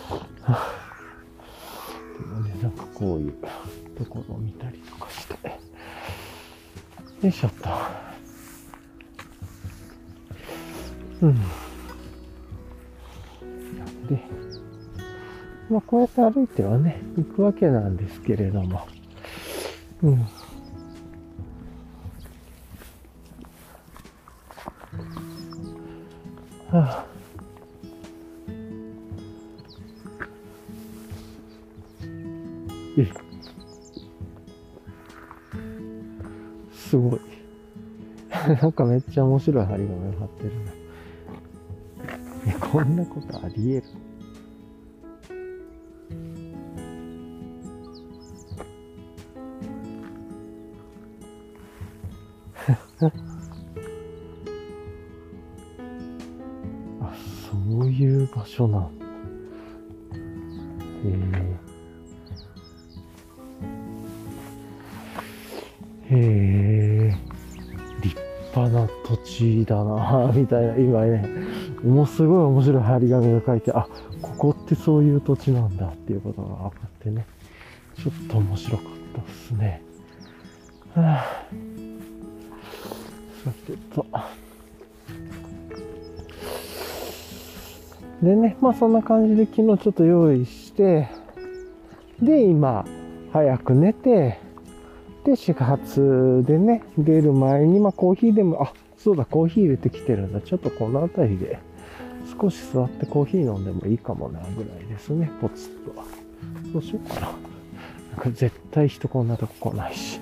もね、なんかこういうところを見たりとかして。よいしょっと。で、まあこうやって歩いてはね、行くわけなんですけれども。すごい。なんかめっちゃ面白い張り紙が貼ってるな。こんなことあり得る？あ、そういう場所なんだ。立派な土地だなみたいな、今ね、もうすごい面白い張り紙が書いて、あ、ここってそういう土地なんだっていうことが分かってね、ちょっと面白かったですね。さてと。でね、まあそんな感じで昨日ちょっと用意して、で、今、早く寝て、で、始発でね、出る前に、まあコーヒーでも、あ、そうだ、コーヒー入れてきてるんだ。ちょっとこの辺りで、少し座ってコーヒー飲んでもいいかもな、ぐらいですね、ポツッと。そうしようかな。なんか絶対人こんなとこ来ないし。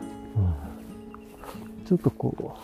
ちょっとこ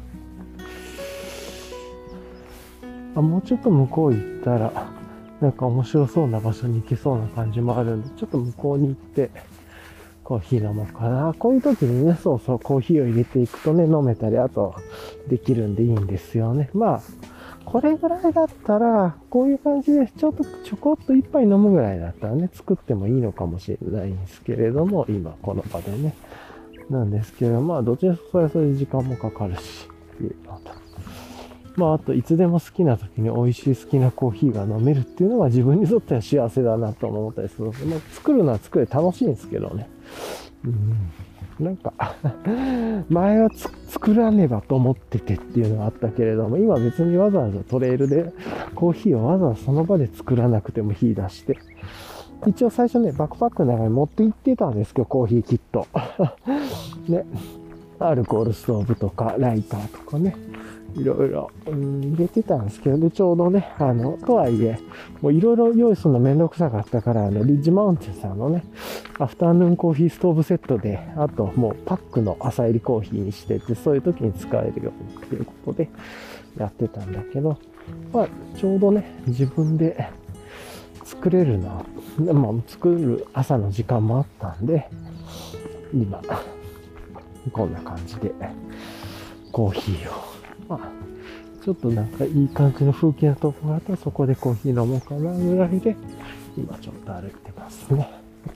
う、もうちょっと向こう行ったら、なんか面白そうな場所に行けそうな感じもあるんで、ちょっと向こうに行って、コーヒー飲もうかな。こういう時にね、そうそう、コーヒーを入れていくとね、飲めたり、あと、できるんでいいんですよね。まあ、これぐらいだったら、こういう感じで、ちょこっと一杯飲むぐらいだったらね、作ってもいいのかもしれないんですけれども、今、この場でね。なんですけど、まあ、どちらかそれはそれで時間もかかるし、っていうのと。まあ、あと、いつでも好きな時に美味しい好きなコーヒーが飲めるっていうのが自分にとっては幸せだなと思ったりするので、まあ、作るのは作れ楽しいんですけどね。 なんか前は作らねばと思っててっていうのがあったけれども、今別にわざわざトレイルでコーヒーをわざわざその場で作らなくても火出して、一応最初ね、バックパックの中に持って行ってたんですけど、コーヒーキット。ね、アルコールストーブとか、ライターとかね、いろいろ入れてたんですけど、で、ちょうどね、とはいえ、もういろいろ用意するのめんどくさかったから、リッジマウンテンさんのね、アフタヌーンコーヒーストーブセットで、あともうパックの朝入りコーヒーにしてて、そういう時に使えるようにっていうことでやってたんだけど、まあ、ちょうどね、自分で作れるな、まあ、作る朝の時間もあったんで、今、こんな感じで、コーヒーを、まあ、ちょっとなんかいい感じの風景のところがあったらそこでコーヒー飲もうかなぐらいで、今ちょっと歩いてますね。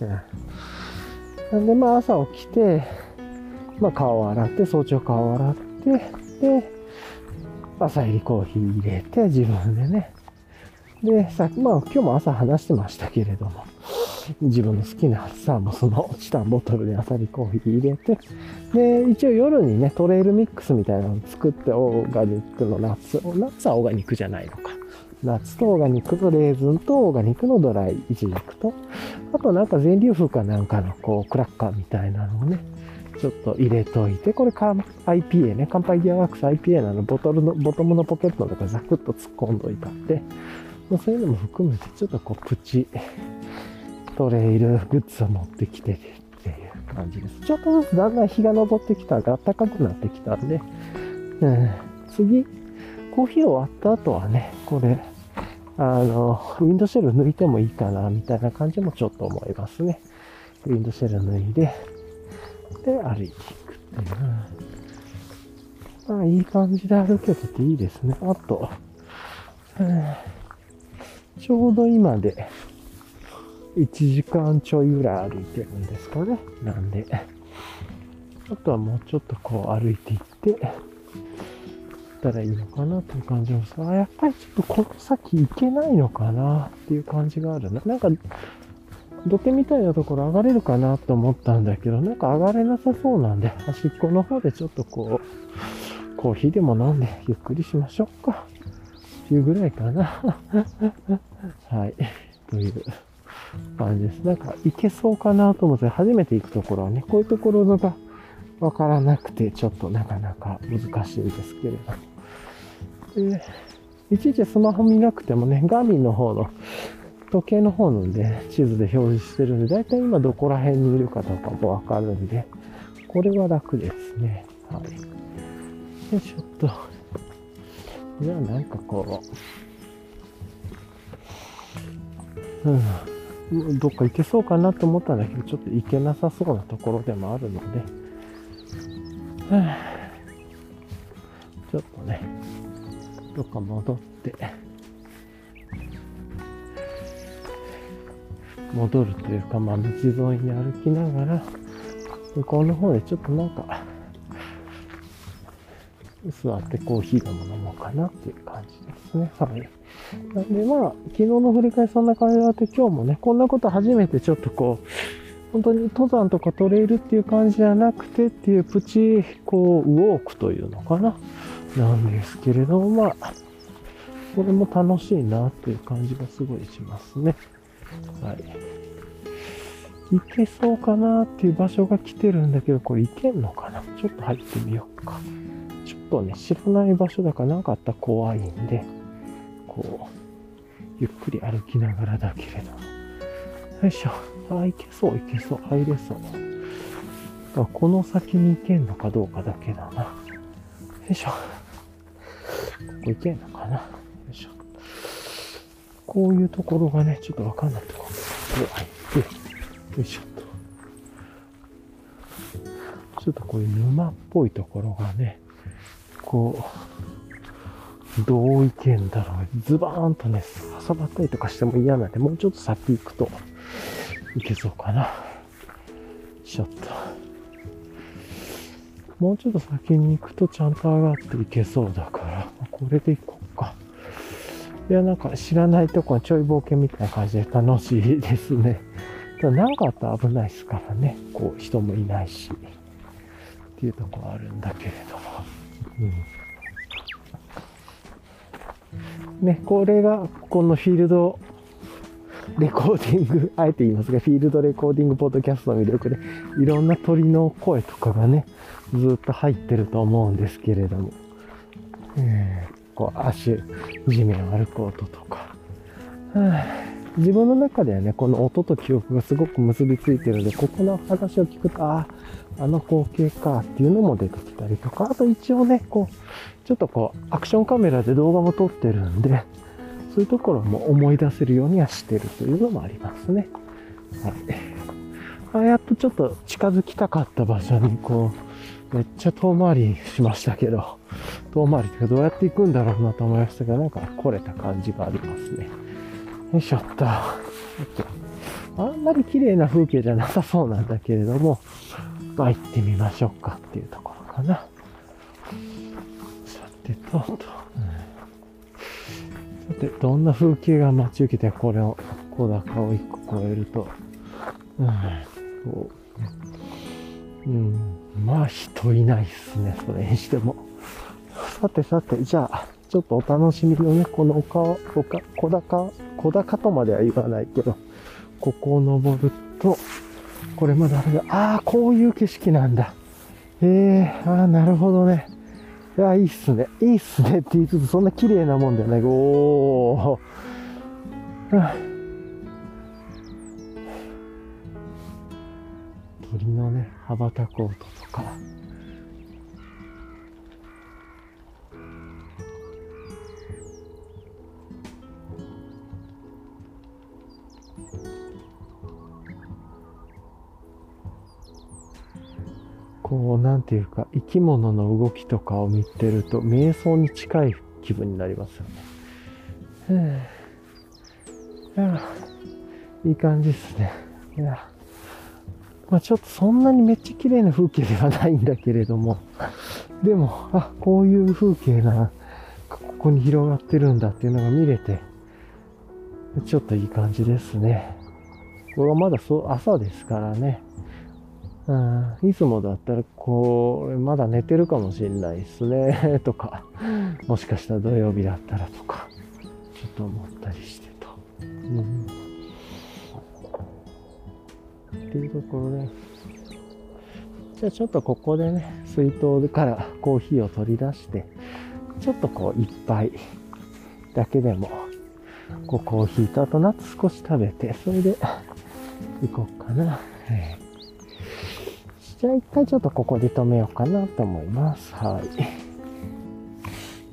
なんでまあ朝起きて、まあ顔を洗って、早朝顔を洗って、で、朝入りコーヒー入れて、自分でね。で、まあ今日も朝話してましたけれども、自分の好きなサーモスのチタンボトルで朝入りコーヒー入れて、で、一応夜にね、トレイルミックスみたいなのを作って、オーガニックのナッツはオーガニックじゃないのか。ナッツとオーガニックとレーズンとオーガニックのドライイチジクと、あとなんか全粒粉かなんかのこうクラッカーみたいなのをね、ちょっと入れといて、これIPA ね、乾杯ギアワークス IPA なのボトムのポケットのとこザクッと突っ込んどいたんで、そういうのも含めてちょっとこうプチトレイルグッズを持ってきてっていう感じです。ちょっとずつだんだん日が昇ってきたら暖かくなってきたんで、次、コーヒー終わった後はね、これ、ウィンドシェル抜いてもいいかな、みたいな感じもちょっと思いますね。ウィンドシェル脱いで、で、歩いていくっていう。まあ、いい感じで歩けてていいですね。あと、ちょうど今で、1時間ちょいぐらい歩いてるんですかね。なんで、あとはもうちょっとこう歩いていって、たらいいのかなという感じですが、やっぱりちょっとこの先行けないのかなっていう感じがあるな。なんか、土手みたいなところ上がれるかなと思ったんだけど、なんか上がれなさそうなんで、端っこの方でちょっとこう、コーヒーでも飲んでゆっくりしましょうか。っていうぐらいかな。はい。という感じです。なんか行けそうかなと思って、初めて行くところはね、こういうところがわからなくて、ちょっとなかなか難しいんですけれども。で、いちいちスマホ見なくてもね、ガーミンの方の時計の方ので地図で表示してるんで、だいたい今どこら辺にいるかとかもわかるんで、これは楽ですね。はい。で、ちょっと、じゃあなんかこう、どっか行けそうかなと思ったんだけど、ちょっと行けなさそうなところでもあるので、ちょっとね、どっか戻って、戻るというか、まあ道沿いに歩きながら、向こうの方でちょっとなんか、座ってコーヒーでも飲もうかなっていう感じですね。はい。なんでまあ、昨日の振り返りそんな感じがあって、今日もね、こんなこと初めてちょっとこう、本当に登山とかトレイルっていう感じじゃなくてっていうプチ、こう、ウォークというのかななんですけれども、まあ、これも楽しいなっていう感じがすごいしますね。はい。行けそうかなっていう場所が来てるんだけど、これ行けんのかなちょっと入ってみようか。ちょっとね、知らない場所だからなんかあったら怖いんで、こう、ゆっくり歩きながらだけれども。よいしょ。あ、行けそう、入れそう。この先に行けんのかどうかだけだな。よいしょ。ここ行けんのかな。よいしょ。こういうところがね、ちょっとわかんないところが入って、よいしょと。ちょっとこういう沼っぽいところがね、こう、どう行けんだろう。ズバーンとね、挟まったりとかしても嫌なんで、もうちょっと先行くと行けそうかな。ちょっと。もうちょっと先に行くとちゃんと上がっていけそうだから、これで行こうか。いや、なんか知らないとこはちょい冒険みたいな感じで楽しいですね。ただなんかあったら危ないですからね。こう、人もいないし。 っていうところはあるんだけれども、ね、これがこのフィールドレコーディング、あえて言いますが、フィールドレコーディングポッドキャストの魅力で、いろんな鳥の声とかがね、ずっと入ってると思うんですけれども、こう地面を歩く音とか、自分の中ではね、この音と記憶がすごく結びついてるので、ここの話を聞くと、あの光景かっていうのも出てきたりとか、あと一応ね、ちょっとアクションカメラで動画も撮ってるんで、そういうところも思い出せるようにはしてるというのもありますね。はい。やっとちょっと近づきたかった場所にめっちゃ遠回りしましたけど、遠回りってどうやって行くんだろうなと思いましたけど、なんか来れた感じがありますね。よいしょっと。あんまり綺麗な風景じゃなさそうなんだけれども、まあ行ってみましょうかっていうところかな。さてどんな風景が待ち受けて、これを小高を一個越えると、まあ人いないっすね、それにしても。さて、じゃあ、ちょっとお楽しみのね、この小高とまでは言わないけど、ここを登ると、これまだこういう景色なんだ。なるほどね。いや、いいっすねって言いつつ、そんな綺麗なもんだよね。鳥のね、羽ばたく音とか。なんていうか、生き物の動きとかを見てると、瞑想に近い気分になりますよね。いい感じですね。ちょっとそんなにめっちゃ綺麗な風景ではないんだけれども、でも、こういう風景がここに広がってるんだっていうのが見れて、ちょっといい感じですね。これはまだ朝ですからね。いつもだったらまだ寝てるかもしれないですねとか、もしかしたら土曜日だったらとか、ちょっと思ったりしてと。っていうところで、じゃあちょっとここでね、水筒からコーヒーを取り出して、ちょっと一杯だけでも、コーヒーとあとナッツ少し食べて、それで行こうかな。じゃあ一回ちょっとここで止めようかなと思います。はい。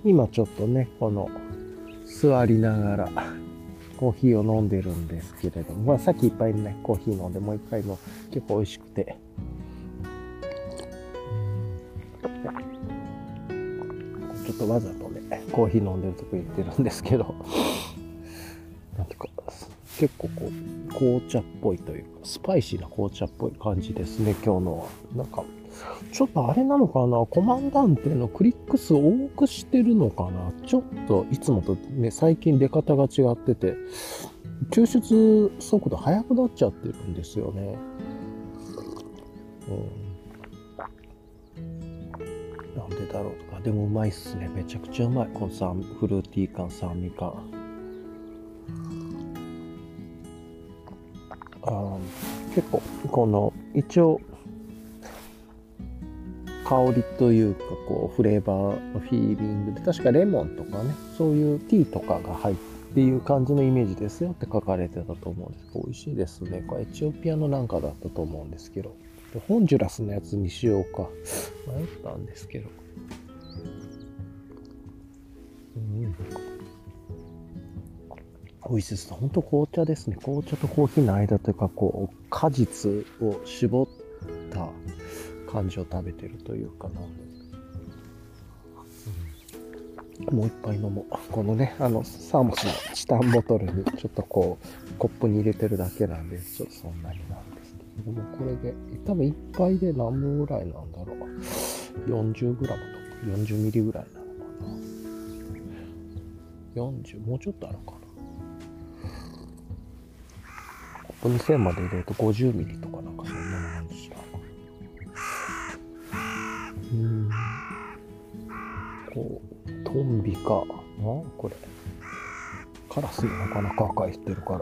今ちょっとね、座りながらコーヒーを飲んでるんですけれども、さっきいっぱいね、コーヒー飲んでもう一回の結構美味しくて。ちょっとわざとね、コーヒー飲んでるとこ言ってるんですけど、なんていうか、結構紅茶っぽいというか、スパイシーな紅茶っぽい感じですね、今日のは。なんか、ちょっとあれなのかな、コマンダンテのクリック数多くしてるのかな。ちょっといつもとね、最近出方が違ってて、抽出速度速くなっちゃってるんですよね。なんでだろうとか、でもうまいっすね。めちゃくちゃうまい。このフルーティー感、酸味感。結構、一応、香りというか、フレーバーのフィーリングで、確かレモンとかね、そういうティーとかが入っていう感じのイメージですよって書かれてたと思うんですけど、美味しいですね。これエチオピアのなんかだったと思うんですけど、ホンジュラスのやつにしようか迷ったんですけど、美味しいです。本当紅茶ですね。紅茶とコーヒーの間というか、果実を絞った感じを食べてるというかな。もう一杯飲もう。このね、サーモスのチタンボトルにちょっとコップに入れてるだけなんで、ちょっとそんなになんですけども、これで、多分一杯で何分ぐらいなんだろう。40g とか、40ミリぐらいなのかな。40、もうちょっとあるかな。コップ2000まで入れると50ミリとかなんかそんな感じしな。 トンビかな、これカラスなのかな、カーカー言ってるから。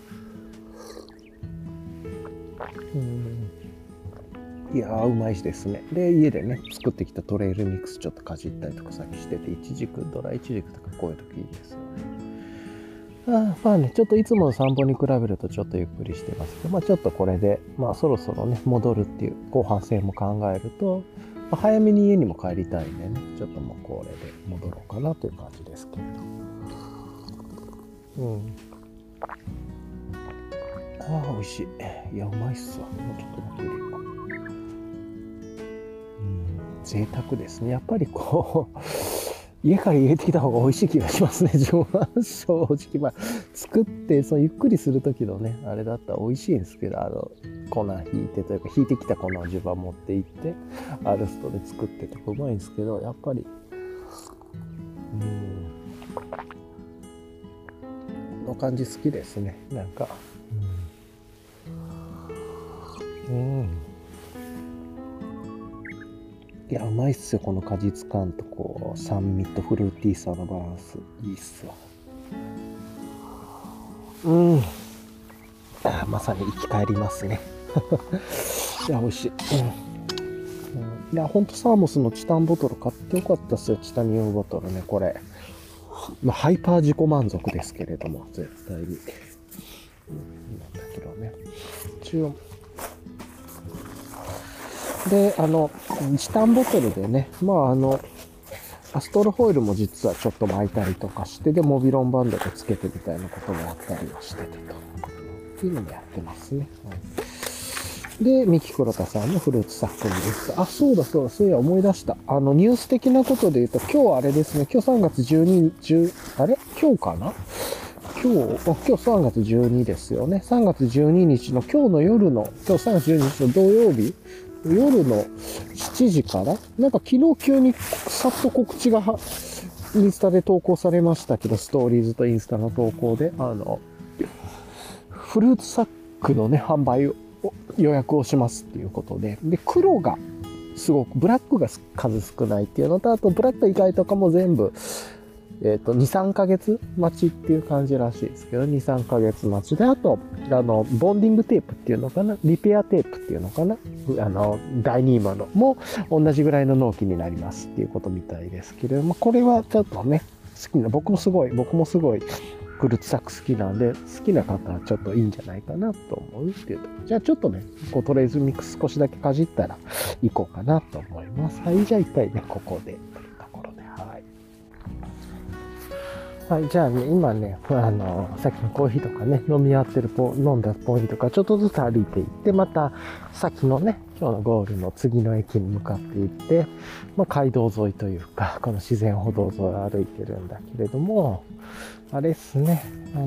いやー、うまいしですね。で、家でね、作ってきたトレイルミックスちょっとかじったりとかさっきしてて、ドライチジクとかこういう時いいですよね。まあね、ちょっといつもの散歩に比べるとちょっとゆっくりしてますけど、まあちょっとこれで、まあそろそろね、戻るっていう後半戦も考えると、まあ、早めに家にも帰りたいんでね、ちょっともうこれで戻ろうかなという感じですけれど。美味しい。いや、うまいっすわ。もうちょっとだけ入れようか。贅沢ですね。やっぱりこう、家から入れてきた方が美味しい気がしますね、自分は。正直。まあ、作って、ゆっくりする時のね、あれだったら美味しいんですけど、粉引いてというか、引いてきた粉を自分は持って行って、アルストで作ってとかうまいんですけど、やっぱり、この感じ好きですね。なんか、いや、うまいっすよ、この果実感とこう酸味とフルーティーさのバランス、いいっすわ。まさに生き返りますね。いや、美味しい。いや、ほんとサーモスのチタンボトル買ってよかったっすよ、チタニウムボトルね、これ。まあ、ハイパー自己満足ですけれども、絶対に。なんだけどね。一応。で、チタンボトルでね、アストロホイルも実はちょっと巻いたりとかして、で、モビロンバンドでつけてみたいなこともあったりはしててと。っていうのもやってますね。で、ミキクロタさんのフルーツサックにです。そうだ、そういや思い出した。ニュース的なことで言うと、今日あれですね、今日3月12、今日かな今日3月12ですよね。3月12日の今日の夜の、今日3月12日の土曜日、夜の7時から、なんか昨日急にさっと告知がインスタで投稿されましたけど、ストーリーズとインスタの投稿で、フルーツサックのね、販売を予約をしますっていうことで、で、黒がすごく、ブラックが数少ないっていうのと、あとブラック以外とかも全部、2、3ヶ月待ちっていう感じらしいですけど、2、3ヶ月待ちで、あと、ボンディングテープっていうのかな、リペアテープっていうのかな、第2今のも同じぐらいの納期になりますっていうことみたいですけれども、これはちょっとね、好きな、僕もすごい、フルーツサック好きなんで、好きな方はちょっといいんじゃないかなと思うっていうと。じゃあちょっとね、こうトレイズミックス少しだけかじったら行こうかなと思います。はい、じゃあ一回ね、ここで、というところで、はい。はい、じゃあね、今ね、さっきのコーヒーとかね、飲んだコーヒーとか、ちょっとずつ歩いていって、また、さっきのね、今日のゴールの次の駅に向かっていって、街道沿いというか、この自然歩道沿いを歩いてるんだけれども、あれっすね、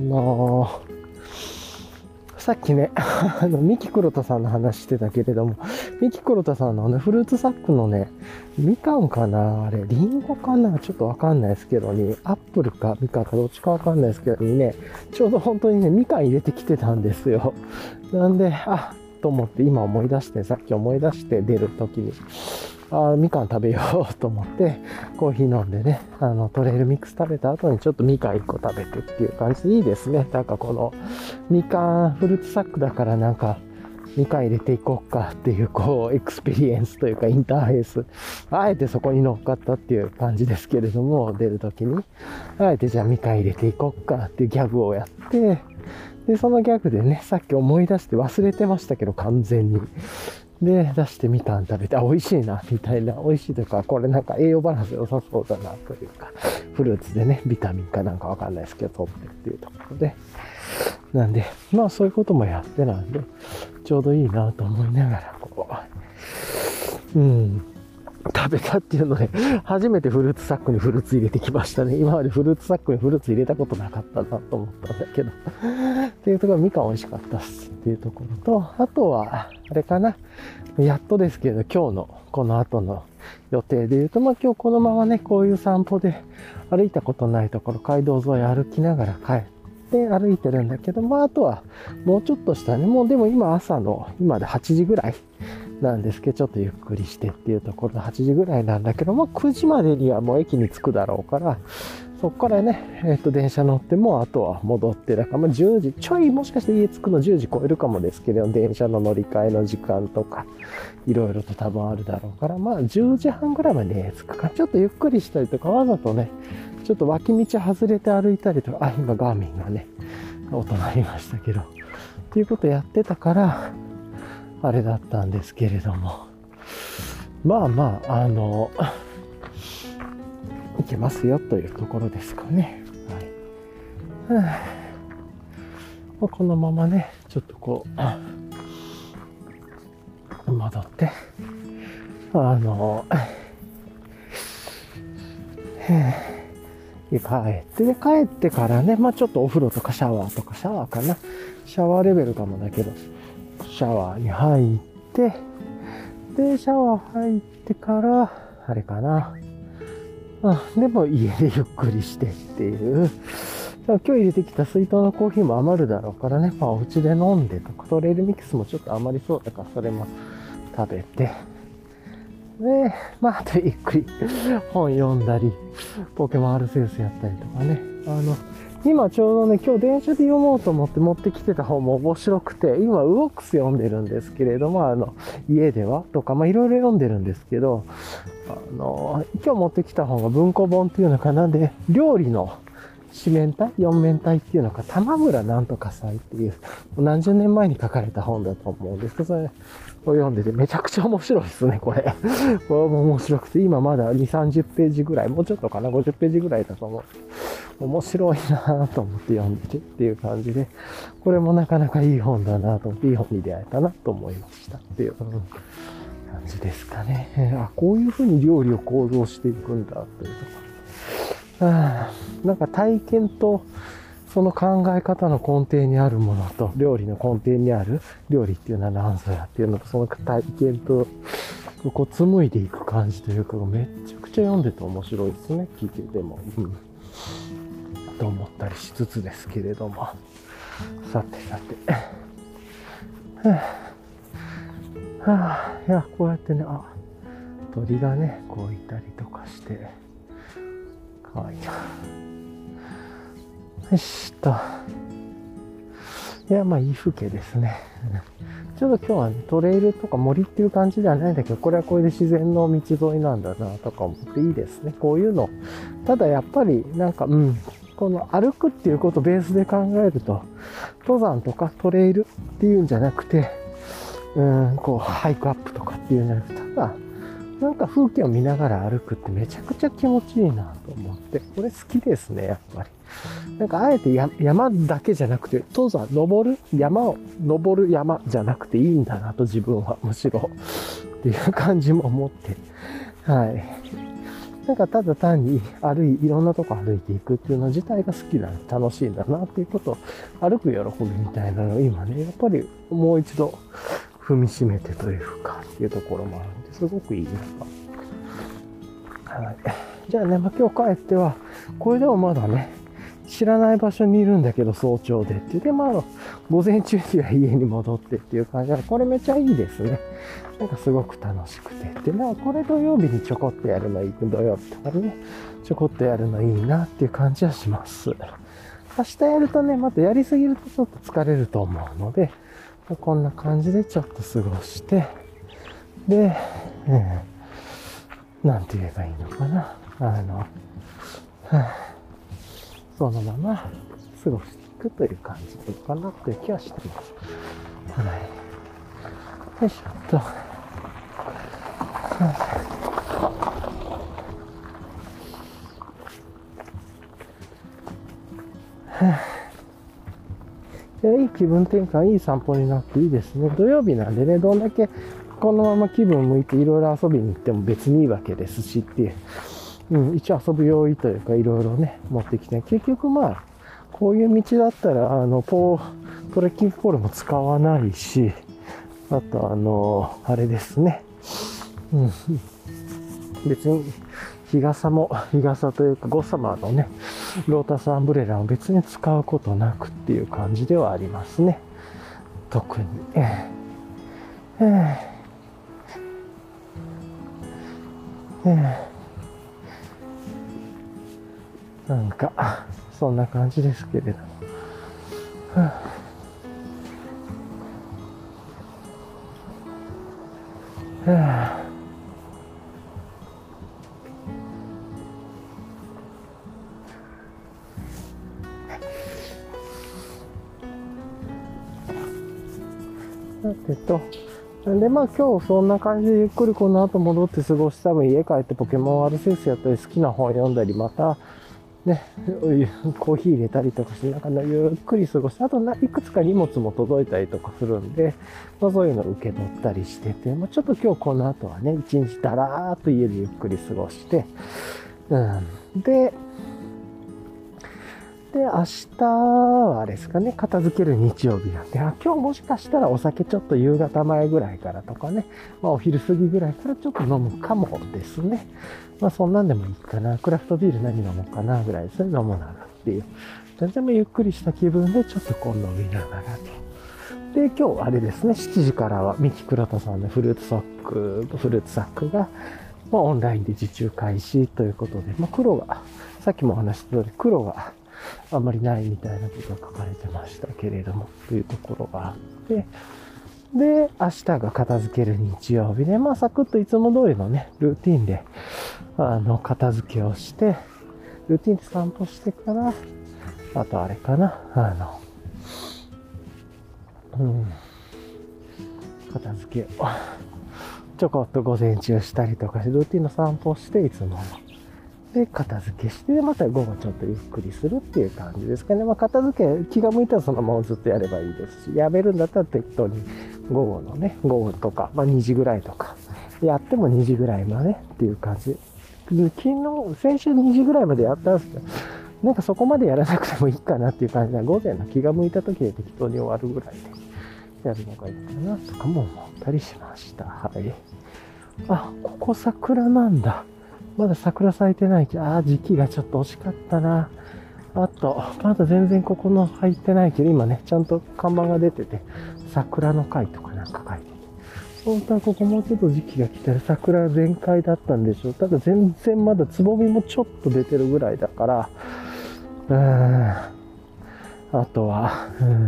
さっきね、ミキクロタさんの話してたけれども、ミキクロタさんのね、フルーツサックのね、みかんかなあれ、リンゴかなちょっとわかんないですけどに、アップルかみかんかどっちかわかんないですけどにね、ちょうど本当にね、みかん入れてきてたんですよ。なんで、と思って今思い出して、さっき思い出して出るときに、みかん食べようと思って、コーヒー飲んでね、トレイルミックス食べた後にちょっとみかん1個食べてっていう感じでいいですね。なんかこの、みかんフルーツサックだからなんか、みかん入れていこうかっていう、こう、エクスペリエンスというかインターフェース、あえてそこに乗っかったっていう感じですけれども、出るときに、あえてじゃあみかん入れていこうかっていうギャグをやって、で、そのギャグでね、さっき思い出して忘れてましたけど、完全に。で、出してみかん食べて、美味しいな、みたいな、美味しいというか、これなんか栄養バランス良さそうだな、というか、フルーツでね、ビタミンかなんかわかんないですけど、取ってっていうところで。なんで、そういうこともやってなんで、ちょうどいいなと思いながら、こう、食べたっていうので、初めてフルーツサックにフルーツ入れてきましたね。今までフルーツサックにフルーツ入れたことなかったなと思ったんだけど。っていうところ、みかん美味しかったっすっていうところと、あとは、あれかな。やっとですけど、今日のこの後の予定で言うと、今日このままね、こういう散歩で歩いたことないところ、街道沿い歩きながら帰って歩いてるんだけど、あとはもうちょっとしたね、もうでも今で8時ぐらいなんですけど、ちょっとゆっくりしてっていうところで8時ぐらいなんだけども、9時までにはもう駅に着くだろうから、そこからね、電車乗っても、あとは戻って、だからまあ10時、ちょいもしかして家着くの10時超えるかもですけど、電車の乗り換えの時間とか、いろいろと多分あるだろうから、まあ10時半ぐらいまでね、着くか。ちょっとゆっくりしたりとか、わざとね、ちょっと脇道外れて歩いたりとか、あ、今ガーミンがね、音鳴りましたけど、っていうことやってたから、あれだったんですけれども、まあまあ、いけますよというところですかね。はい。このままね、ちょっとこう、戻って、帰ってね、帰ってからね、まあちょっとお風呂とかシャワーかな。シャワーレベルかもだけど、シャワーに入って、で、シャワー入ってから、あれかな。でも家でゆっくりしてっていう。今日入れてきた水筒のコーヒーも余るだろうからね、まあお家で飲んでとか、トレイルミックスもちょっと余りそうだから、それも食べて、で、まああとゆっくり本読んだり、ポケモンアルセウスやったりとかね。今ちょうどね、今日電車で読もうと思って持ってきてた本も面白くて、今ウォックス読んでるんですけれども、家ではとか、まあいろいろ読んでるんですけど、今日持ってきた本が文庫本っていうのかなで、料理の四面体四面体っていうのか、玉村なんとかさんっていう、何十年前に書かれた本だと思うんですけど、それを読んでてめちゃくちゃ面白いですね、これ。これも面白くて、今まだ2、30ページぐらい、もうちょっとかな、50ページぐらいだと思う。面白いなぁと思って読んでてっていう感じで、これもなかなかいい本だなと思って、いい本に出会えたなと思いましたっていう感じですかね。こういう風に料理を構造していくんだというところ。なんか体験とその考え方の根底にあるものと、料理の根底にある料理っていうのは何ぞやっていうのと、その体験とこう紡いでいく感じというか、めちゃくちゃ読んでて面白いですね、聞いてても。と思ったりしつつですけれども。さて。いや、こうやってね、鳥がね、こういたりとかして、かわいいな。よしと。いや、まあいい風景ですね。ちょっと今日はね、トレイルとか森っていう感じではないんだけど、これはこれで自然の道沿いなんだなとか思っていいですね。こういうの。ただやっぱりなんか、この歩くっていうことをベースで考えると、登山とかトレイルっていうんじゃなくて、こう、ハイクアップとかっていうんじゃなくて、ただ、なんか風景を見ながら歩くってめちゃくちゃ気持ちいいなと思って、これ好きですね、やっぱり。なんかあえて山だけじゃなくて、登山、登る山じゃなくていいんだなと自分はむしろっていう感じも思って、はい。なんかただ単にいろんなとこ歩いていくっていうの自体が好きだ、楽しいんだなっていうことを歩く喜びみたいなのを今ね、やっぱりもう一度踏みしめてというかっていうところもあるんで、すごくいいなと。はい。じゃあね、今日帰っては、これでもまだね、知らない場所にいるんだけど早朝でってで、午前中には家に戻ってっていう感じで、これめっちゃいいですね。なんかすごく楽しくて。で、これ土曜日にちょこっとやるのいい、土曜日とかね、ちょこっとやるのいいなっていう感じはします。明日やるとね、またやりすぎるとちょっと疲れると思うので、こんな感じでちょっと過ごして、で、なんて言えばいいのかな。そのまま過ごしていくという感じなのかなという気はしています。はい。よいしょっと。いい気分転換、いい散歩になっていいですね。土曜日なんでね、どんだけこのまま気分向いていろいろ遊びに行っても別にいいわけですしっていう。一応遊ぶ用意というかいろいろね、持ってきて、結局こういう道だったら、トレッキングポールも使わないし、あとあれですね。別に日傘というか、ゴサマのね、ロータスアンブレラを別に使うことなくっていう感じではありますね。特に。 なんか、そんな感じですけれども。さてと。で、まあ今日そんな感じでゆっくりこの後戻って過ごし、多分家帰ってポケモン RCS やったり好きな本読んだり、また、ね、コーヒー入れたりとかして、なんかゆっくり過ごして、あといくつか荷物も届いたりとかするんで、まあそういうのを受け取ったりしてて、まあちょっと今日この後はね、一日だらーっと家でゆっくり過ごして、で、明日はあれですかね、片付ける日曜日なんで、今日もしかしたらお酒ちょっと夕方前ぐらいからとかね、まあお昼過ぎぐらいからちょっと飲むかもですね。まあそんなんでもいいかな。クラフトビール何飲もうかなぐらいですね、飲むならっていう。全然ゆっくりした気分でちょっとこう飲みながらと。で、今日あれですね、7時からは三木倉田さんのフルーツサックが、まあオンラインで受注開始ということで、まあ黒が、さっきもお話した通り黒が、あんまりないみたいなことが書かれてましたけれども、というところがあって、で、明日が片付ける日曜日で、まあ、サクッといつも通りのね、ルーティンで、片付けをして、ルーティンで散歩してから、あとあれかな、片付けを、ちょこっと午前中したりとかして、ルーティンの散歩をして、いつもで、片付けして、また午後ちょっとゆっくりするっていう感じですかね。まあ、片付け、気が向いたらそのままずっとやればいいですし、やめるんだったら適当に午後とか、まあ2時ぐらいとか、やっても2時ぐらいまでっていう感じ。先週2時ぐらいまでやったんですけど、なんかそこまでやらなくてもいいかなっていう感じで、午前の気が向いた時で適当に終わるぐらいでやるのがいいかなとかも思ったりしました。はい。あ、ここ桜なんだ。まだ桜咲いてないけど、時期がちょっと惜しかったな。あと、まだ全然ここの入ってないけど、今ね、ちゃんと看板が出てて、桜の会とかなんか書いてて。本当はここもうちょっと時期が来たら桜全開だったんでしょう。ただ全然まだつぼみもちょっと出てるぐらいだから、あとは、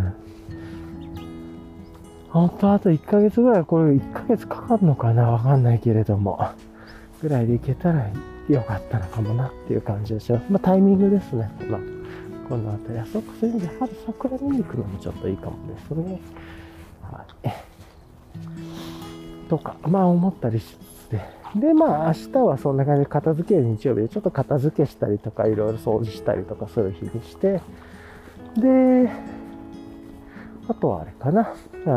本当あと1ヶ月ぐらい、これ1ヶ月かかるのかなわかんないけれども。ぐらいでいけたらよかったのかもなっていう感じでしょ。まあタイミングですね。このあたりは。そういう意味で春桜見に行くのもちょっといいかもですね。はい。とか、まあ思ったりしつつで。で、まあ明日はそんな感じで片付ける日曜日でちょっと片付けしたりとかいろいろ掃除したりとかする日にして、で、あとはあれかな。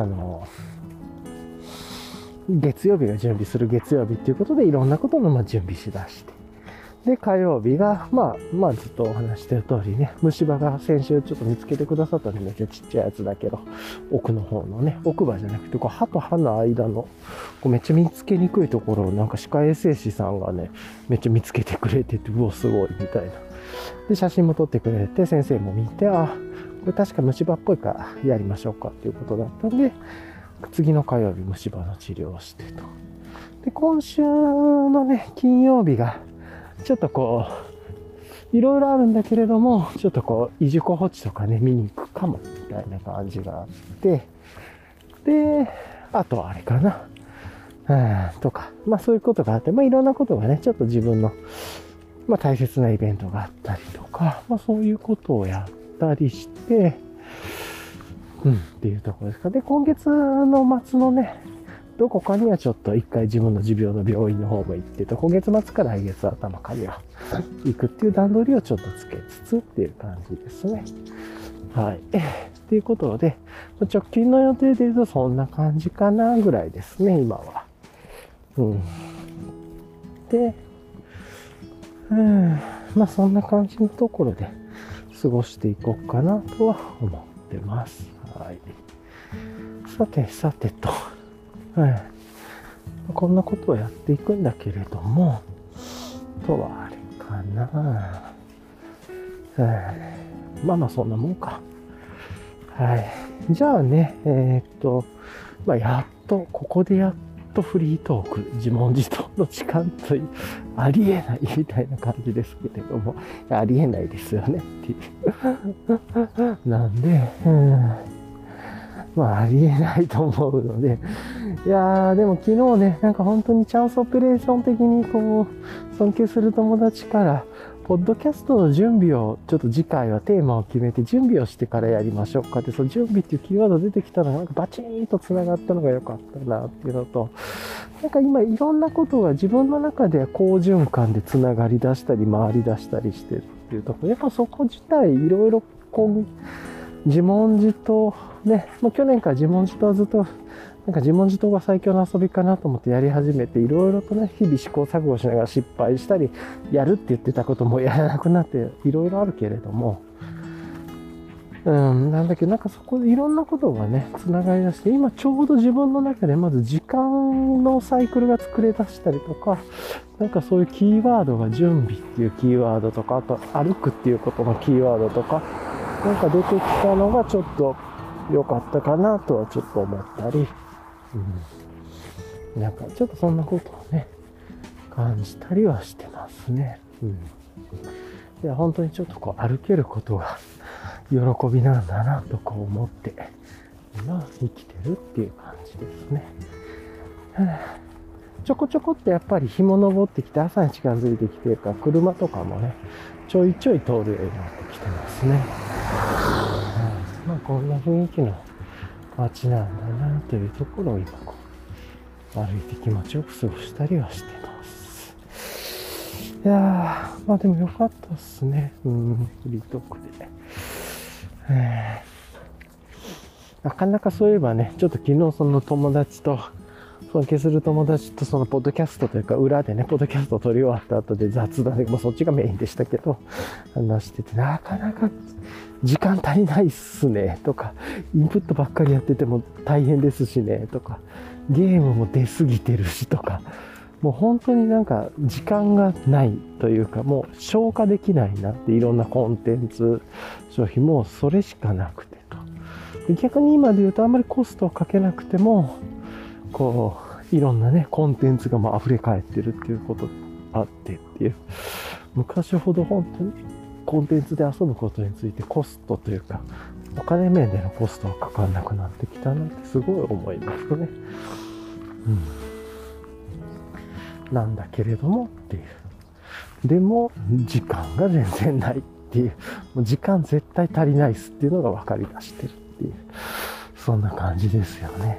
月曜日が準備する月曜日っていうことでいろんなことの準備しだして。で、火曜日が、まあずっとお話してる通りね、虫歯が先週ちょっと見つけてくださったんでめっちゃちっちゃいやつだけど、奥の方のね、奥歯じゃなくて、歯と歯の間の、めっちゃ見つけにくいところをなんか歯科衛生士さんがね、めっちゃ見つけてくれてて、うお、すごい、みたいな。で、写真も撮ってくれて、先生も見て、これ確か虫歯っぽいからやりましょうかっていうことだったんで、次の火曜日虫歯の治療をしてと。で、今週のね、金曜日が、ちょっといろいろあるんだけれども、ちょっといじこ放置とかね、見に行くかも、みたいな感じがあって、で、あとはあれかな、とか、まあそういうことがあって、まあいろんなことがね、ちょっと自分の、まあ大切なイベントがあったりとか、まあそういうことをやったりして、っていうところですか。で、今月の末のね、どこかにはちょっと一回自分の持病の病院の方も行ってと、今月末から来月頭かには行くっていう段取りをちょっとつけつつっていう感じですね。はい。っていうことで、直近の予定で言うとそんな感じかなぐらいですね、今は。で、まあそんな感じのところで過ごしていこうかなとは思ってます。はい。さてと。こんなことをやっていくんだけれども、とはあれかな。まあそんなもんか。はい。じゃあね、まあやっと、ここでやっとフリートーク、自問自答の時間という、ありえないみたいな感じですけれども、ありえないですよねっていう。なんで、まあ、ありえないと思うので、いやー、でも昨日ね、なんか本当にチャンスオペレーション的にこう、尊敬する友達から、ポッドキャストの準備を、ちょっと次回はテーマを決めて準備をしてからやりましょうかって、その準備っていうキーワード出てきたのが、なんかバチーンと繋がったのが良かったなっていうのと、なんか今いろんなことが自分の中では好循環で繋がり出したり回り出したりしてるっていうところ、やっぱそこ自体いろいろ自問自答ね、もう去年から自問自答はずっとなんか自問自答が最強の遊びかなと思ってやり始めて、いろいろとね、日々試行錯誤しながら失敗したり、やるって言ってたこともやらなくなって、いろいろあるけれども、なんだけど、なんかそこでいろんなことがね、繋がりだして、今ちょうど自分の中でまず時間のサイクルが作れ出したりとか、なんかそういうキーワードが準備っていうキーワードとか、あと歩くっていうことのキーワードとか、なんか出てきたのがちょっと良かったかなとはちょっと思ったり、なんかちょっとそんなことをね、感じたりはしてますね。いや、本当にちょっとこう歩けることが喜びなんだなとこう思って、今生きてるっていう感じですね。ちょこちょこってやっぱり日も昇ってきて朝に近づいてきてるから、車とかもね、ちょいちょい通るようになってきてますね。まあこんな雰囲気の街なんだなというところを今こう歩いて気持ちよく過ごしたりはしてます。いやー、まあでもよかったっすね。フリートークで。なかなかそういえばね、ちょっと昨日その友達と、尊敬する友達とそのポッドキャストというか裏でね、ポッドキャストを撮り終わった後で雑談で、もうそっちがメインでしたけど、話してて、なかなか時間足りないっすね、とか、インプットばっかりやってても大変ですしね、とか、ゲームも出過ぎてるしとか、もう本当になんか時間がないというか、もう消化できないなって、いろんなコンテンツ消費もそれしかなくてと。逆に今で言うとあんまりコストをかけなくても、こういろんなねコンテンツが溢れ返ってるっていうことがあってっていう、昔ほど本当にコンテンツで遊ぶことについてコストというかお金面でのコストはかかんなくなってきたなってすごい思いますね。なんだけれどもっていう、でも時間が全然ないっていう、もう時間絶対足りないっすっていうのが分かりだしてるっていう、そんな感じですよね。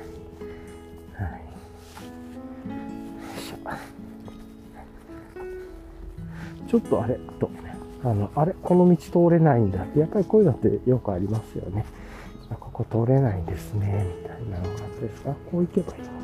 ちょっとあれとあれこの道通れないんだって、やっぱりこういうのってよくありますよね。ここ通れないんですねみたいなのがあってですが、こう行けばいいのか。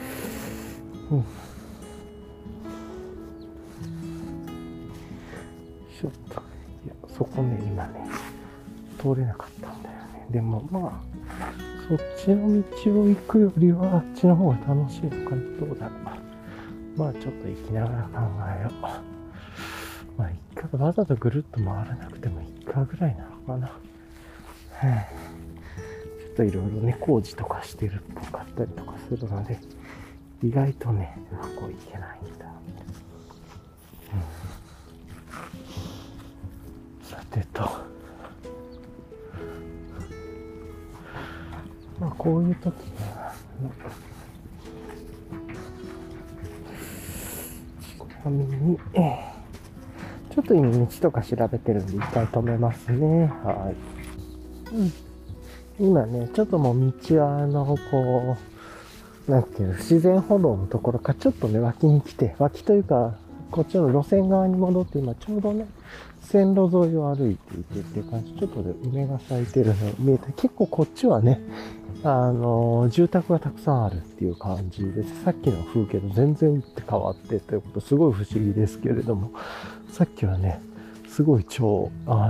ちょっといやそこね今ね通れなかったんだよね。でもまあそっちの道を行くよりはあっちの方が楽しいのかな。どうだろう。まあちょっと行きながら考えよう。まあ一回わざとぐるっと回らなくてもいいかぐらいなのかな。ちょっといろいろね工事とかしてるっぽかったりとかするので、意外とねうまくいけないんだ。さてと、まあこういう時にはちなみにちょっと今道とか調べてるんで一回止めますね。はい。今ねちょっともう道はこうなんていうの自然歩道のところからちょっとね脇に来て、脇というかこっちの路線側に戻って、今ちょうどね線路沿いを歩いていてっていう感じ、ちょっとで梅が咲いてるの見えて、結構こっちはね住宅がたくさんあるっていう感じです。さっきの風景と全然って変わってということ、すごい不思議ですけれども、さっきはねすごい超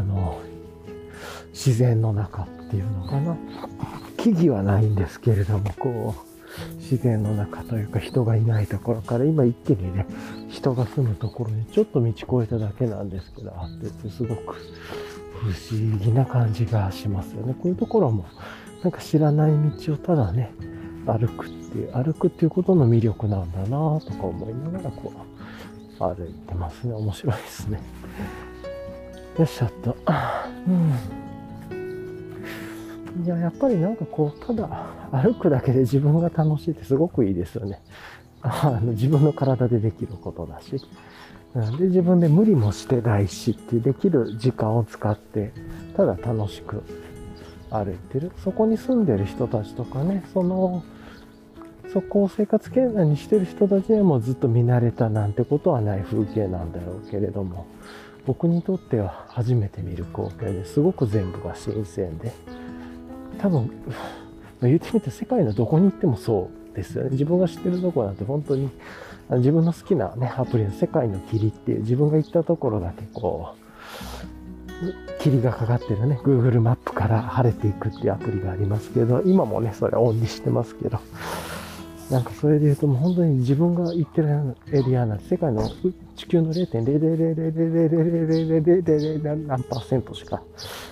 自然の中っていうのかな、木々はないんですけれども、こう自然の中というか人がいないところから今一気にね人が住むところにちょっと道越えただけなんですけどあってて、すごく不思議な感じがしますよね。こういうところもなんか知らない道をただね歩くっていうことの魅力なんだなとか思いながらこう歩いてますね。面白いですね。よいしょっと。いや、やっぱりなんかこう、ただ歩くだけで自分が楽しいってすごくいいですよね。自分の体でできることだし。で、自分で無理もしてないしってできる時間を使って、ただ楽しく歩いてる。そこに住んでる人たちとかね、そこを生活圏内にしてる人たちにはもうずっと見慣れたなんてことはない風景なんだろうけれども、僕にとっては初めて見る光景ですごく全部が新鮮で、多分言ってみて世界のどこに行ってもそうですよね。自分が知ってるところなんて本当に自分の好きなねアプリの世界の霧っていう自分が行ったところだけこう霧がかかってるね Google マップから晴れていくっていうアプリがありますけど、今もねそれオンにしてますけど、なんかそれで言うともう本当に自分が行ってるエリアなんて世界の地球の 0.000000000何%しか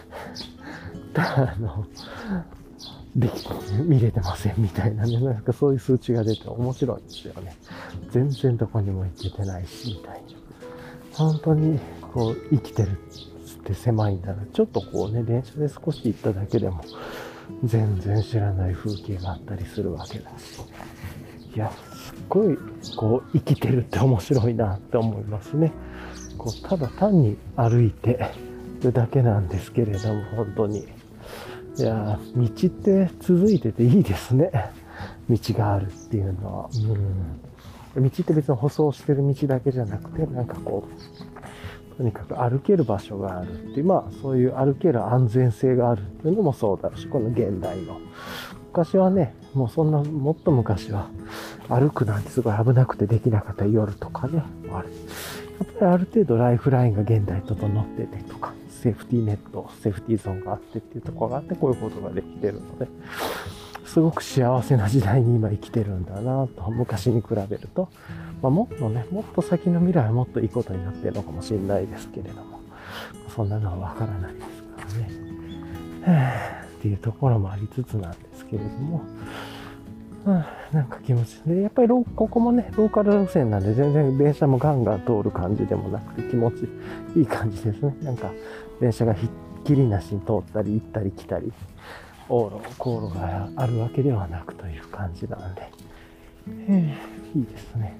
見れてませんみたいなね、なんかそういう数値が出て面白いんですよね。全然どこにも行けてないし、みたいな。本当にこう生きてるって狭いんだな。ちょっとこうね、電車で少し行っただけでも、全然知らない風景があったりするわけだし。いや、すっごいこう生きてるって面白いなって思いますね。こうただ単に歩いてるだけなんですけれども、本当に。いや、道って続いてていいですね。道があるっていうのは。道って別に舗装してる道だけじゃなくて、なんかこう、とにかく歩ける場所があるっていう、まあそういう歩ける安全性があるっていうのもそうだろうし、この現代の。昔はね、もうそんな、もっと昔は歩くなんてすごい危なくてできなかった夜とかね、あれ。やっぱりある程度ライフラインが現代整っててとか、セーフティーネット、セーフティーゾーンがあってっていうところがあってこういうことができてるので、すごく幸せな時代に今生きてるんだなと、昔に比べると、もっとね、もっと先の未来はもっといいことになってるのかもしれないですけれども、そんなのはわからないですからね。っていうところもありつつなんですけれども、なんか気持ちで、やっぱりここもね、ローカル路線なんで全然電車もガンガン通る感じでもなくて気持ちいい感じですね。なんか電車がひっきりなしに通ったり行ったり来たり、航路があるわけではなくという感じなんで、いいですね。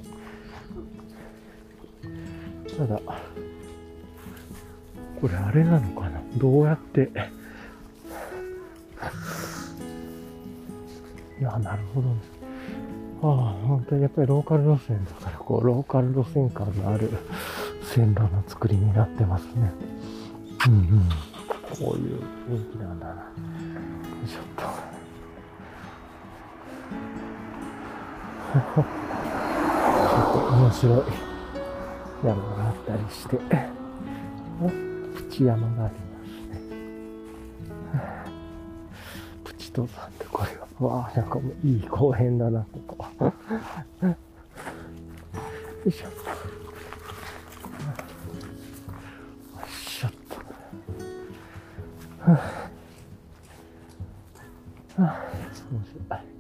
ただ、これあれなのかな、どうやっていや、なるほどね。本当にやっぱりローカル路線だから、こう、ローカル路線感のある線路の作りになってますね。こういう雰囲気なんだな。ちょっと。ちょっと面白い山があったりして、プチ山がありますね。プチ登山ってこれは、なんかもういい公園だな、ここ。よいしょ。よいしょっと。面白い。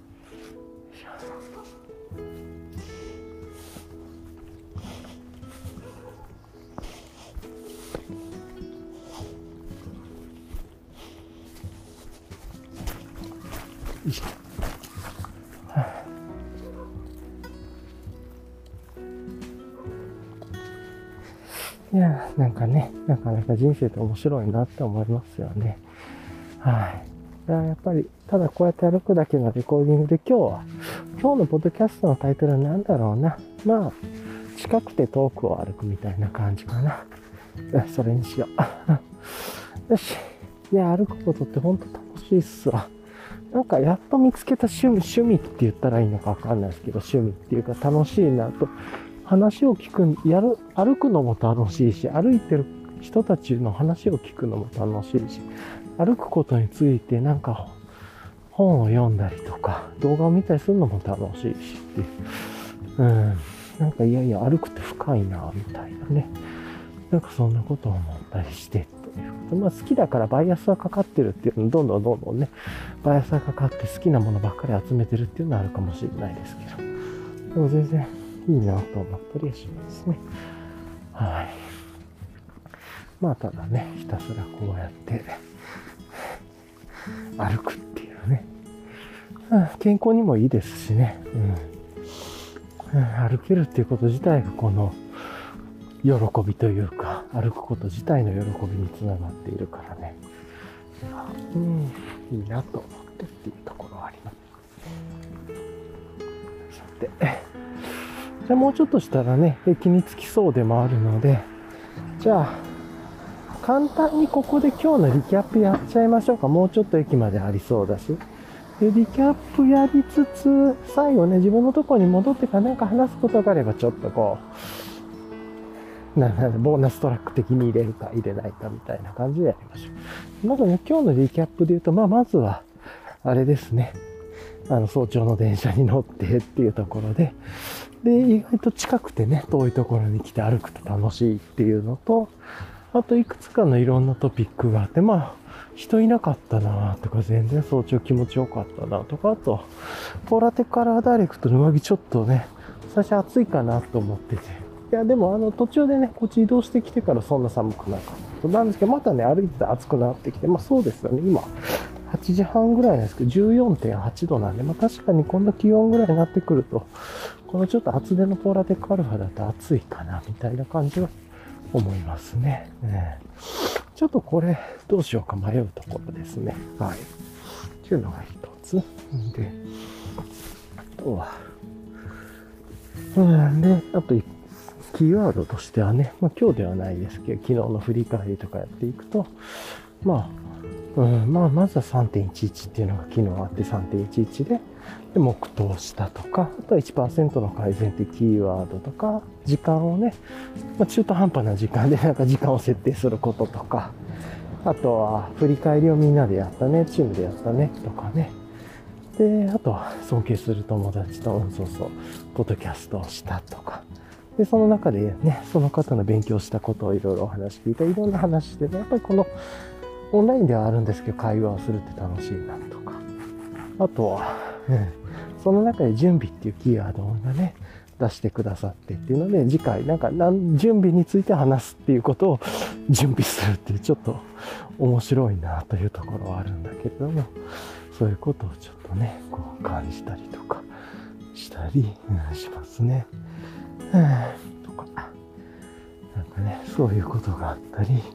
いや、なんかね、なかなか人生って面白いなって思いますよね。やっぱり、ただこうやって歩くだけのレコーディングで今日のポッドキャストのタイトルは何だろうな。近くて遠くを歩くみたいな感じかな。それにしよう。よし。いや、歩くことってほんと楽しいっすわ。なんかやっと見つけた趣味って言ったらいいのかわかんないですけど、趣味っていうか楽しいなと。話を聞く、歩くのも楽しいし、歩いてる人たちの話を聞くのも楽しいし、歩くことについてなんか本を読んだりとか、動画を見たりするのも楽しいしっていう。なんかいやいや歩くって深いな、みたいなね。なんかそんなことを思ったりしていうこと。好きだからバイアスがかかってるっていうの、どんどんね、バイアスがかかって好きなものばっかり集めてるっていうのはあるかもしれないですけど、でも全然いいなと思ったりはしますね。はい。ただね、ひたすらこうやって歩くっていうね、健康にもいいですしね、歩けるっていうこと自体がこの喜びというか、歩くこと自体の喜びにつながっているからね、いいなと思ってっていうところはあります。さて、じゃあもうちょっとしたらね、駅に着きそうでもあるので、じゃあ簡単にここで今日のリキャップやっちゃいましょうか。もうちょっと駅までありそうだし。で、リキャップやりつつ、最後ね、自分のところに戻ってからなんか話すことがあれば、ちょっとこう、ボーナストラック的に入れるか入れないかみたいな感じでやりましょう。まずね、今日のリキャップで言うと、まずは、あれですね。早朝の電車に乗ってっていうところで、意外と近くてね、遠いところに来て歩くと楽しいっていうのと、あといくつかのいろんなトピックがあって、人いなかったなとか、全然早朝気持ちよかったなとか、あと、ポラテカラーダイレクトの上着ちょっとね、最初暑いかなと思ってて。いや、でも途中でね、こっち移動してきてからそんな寒くなかった。なんですけど、またね、歩いてて暑くなってきて、そうですよね、今、8時半ぐらいなんですけど、14.8 度なんで、確かにこんな気温ぐらいになってくると、このちょっと厚手のポラテカルファだと暑いかな、みたいな感じは思いますね。ちょっとこれどうしようか迷うところですね。はい。っていうのが一つ。で、あとは、あとキーワードとしてはね、今日ではないですけど、昨日の振り返りとかやっていくと、まずは 3.11 っていうのが昨日あって 3.11 で、黙祷したとか、あとは 1% の改善ってキーワードとか、時間をね、中途半端な時間で時間を設定することとか、あとは振り返りをみんなでやったね、チームでやったねとかね。で、あとは尊敬する友達と、ポッドキャストをしたとか。で、その中でね、その方の勉強したことをいろいろお話聞いて、いろんな話してね、やっぱりこのオンラインではあるんですけど、会話をするって楽しいなとか。あとは、その中で準備っていうキーワードがね、出してくださってっていうので、次回準備について話すっていうことを準備するっていう、ちょっと面白いなというところはあるんだけれども、そういうことをちょっとね、こう感じたりとかしたりしますね。とか、そういうことがあったり、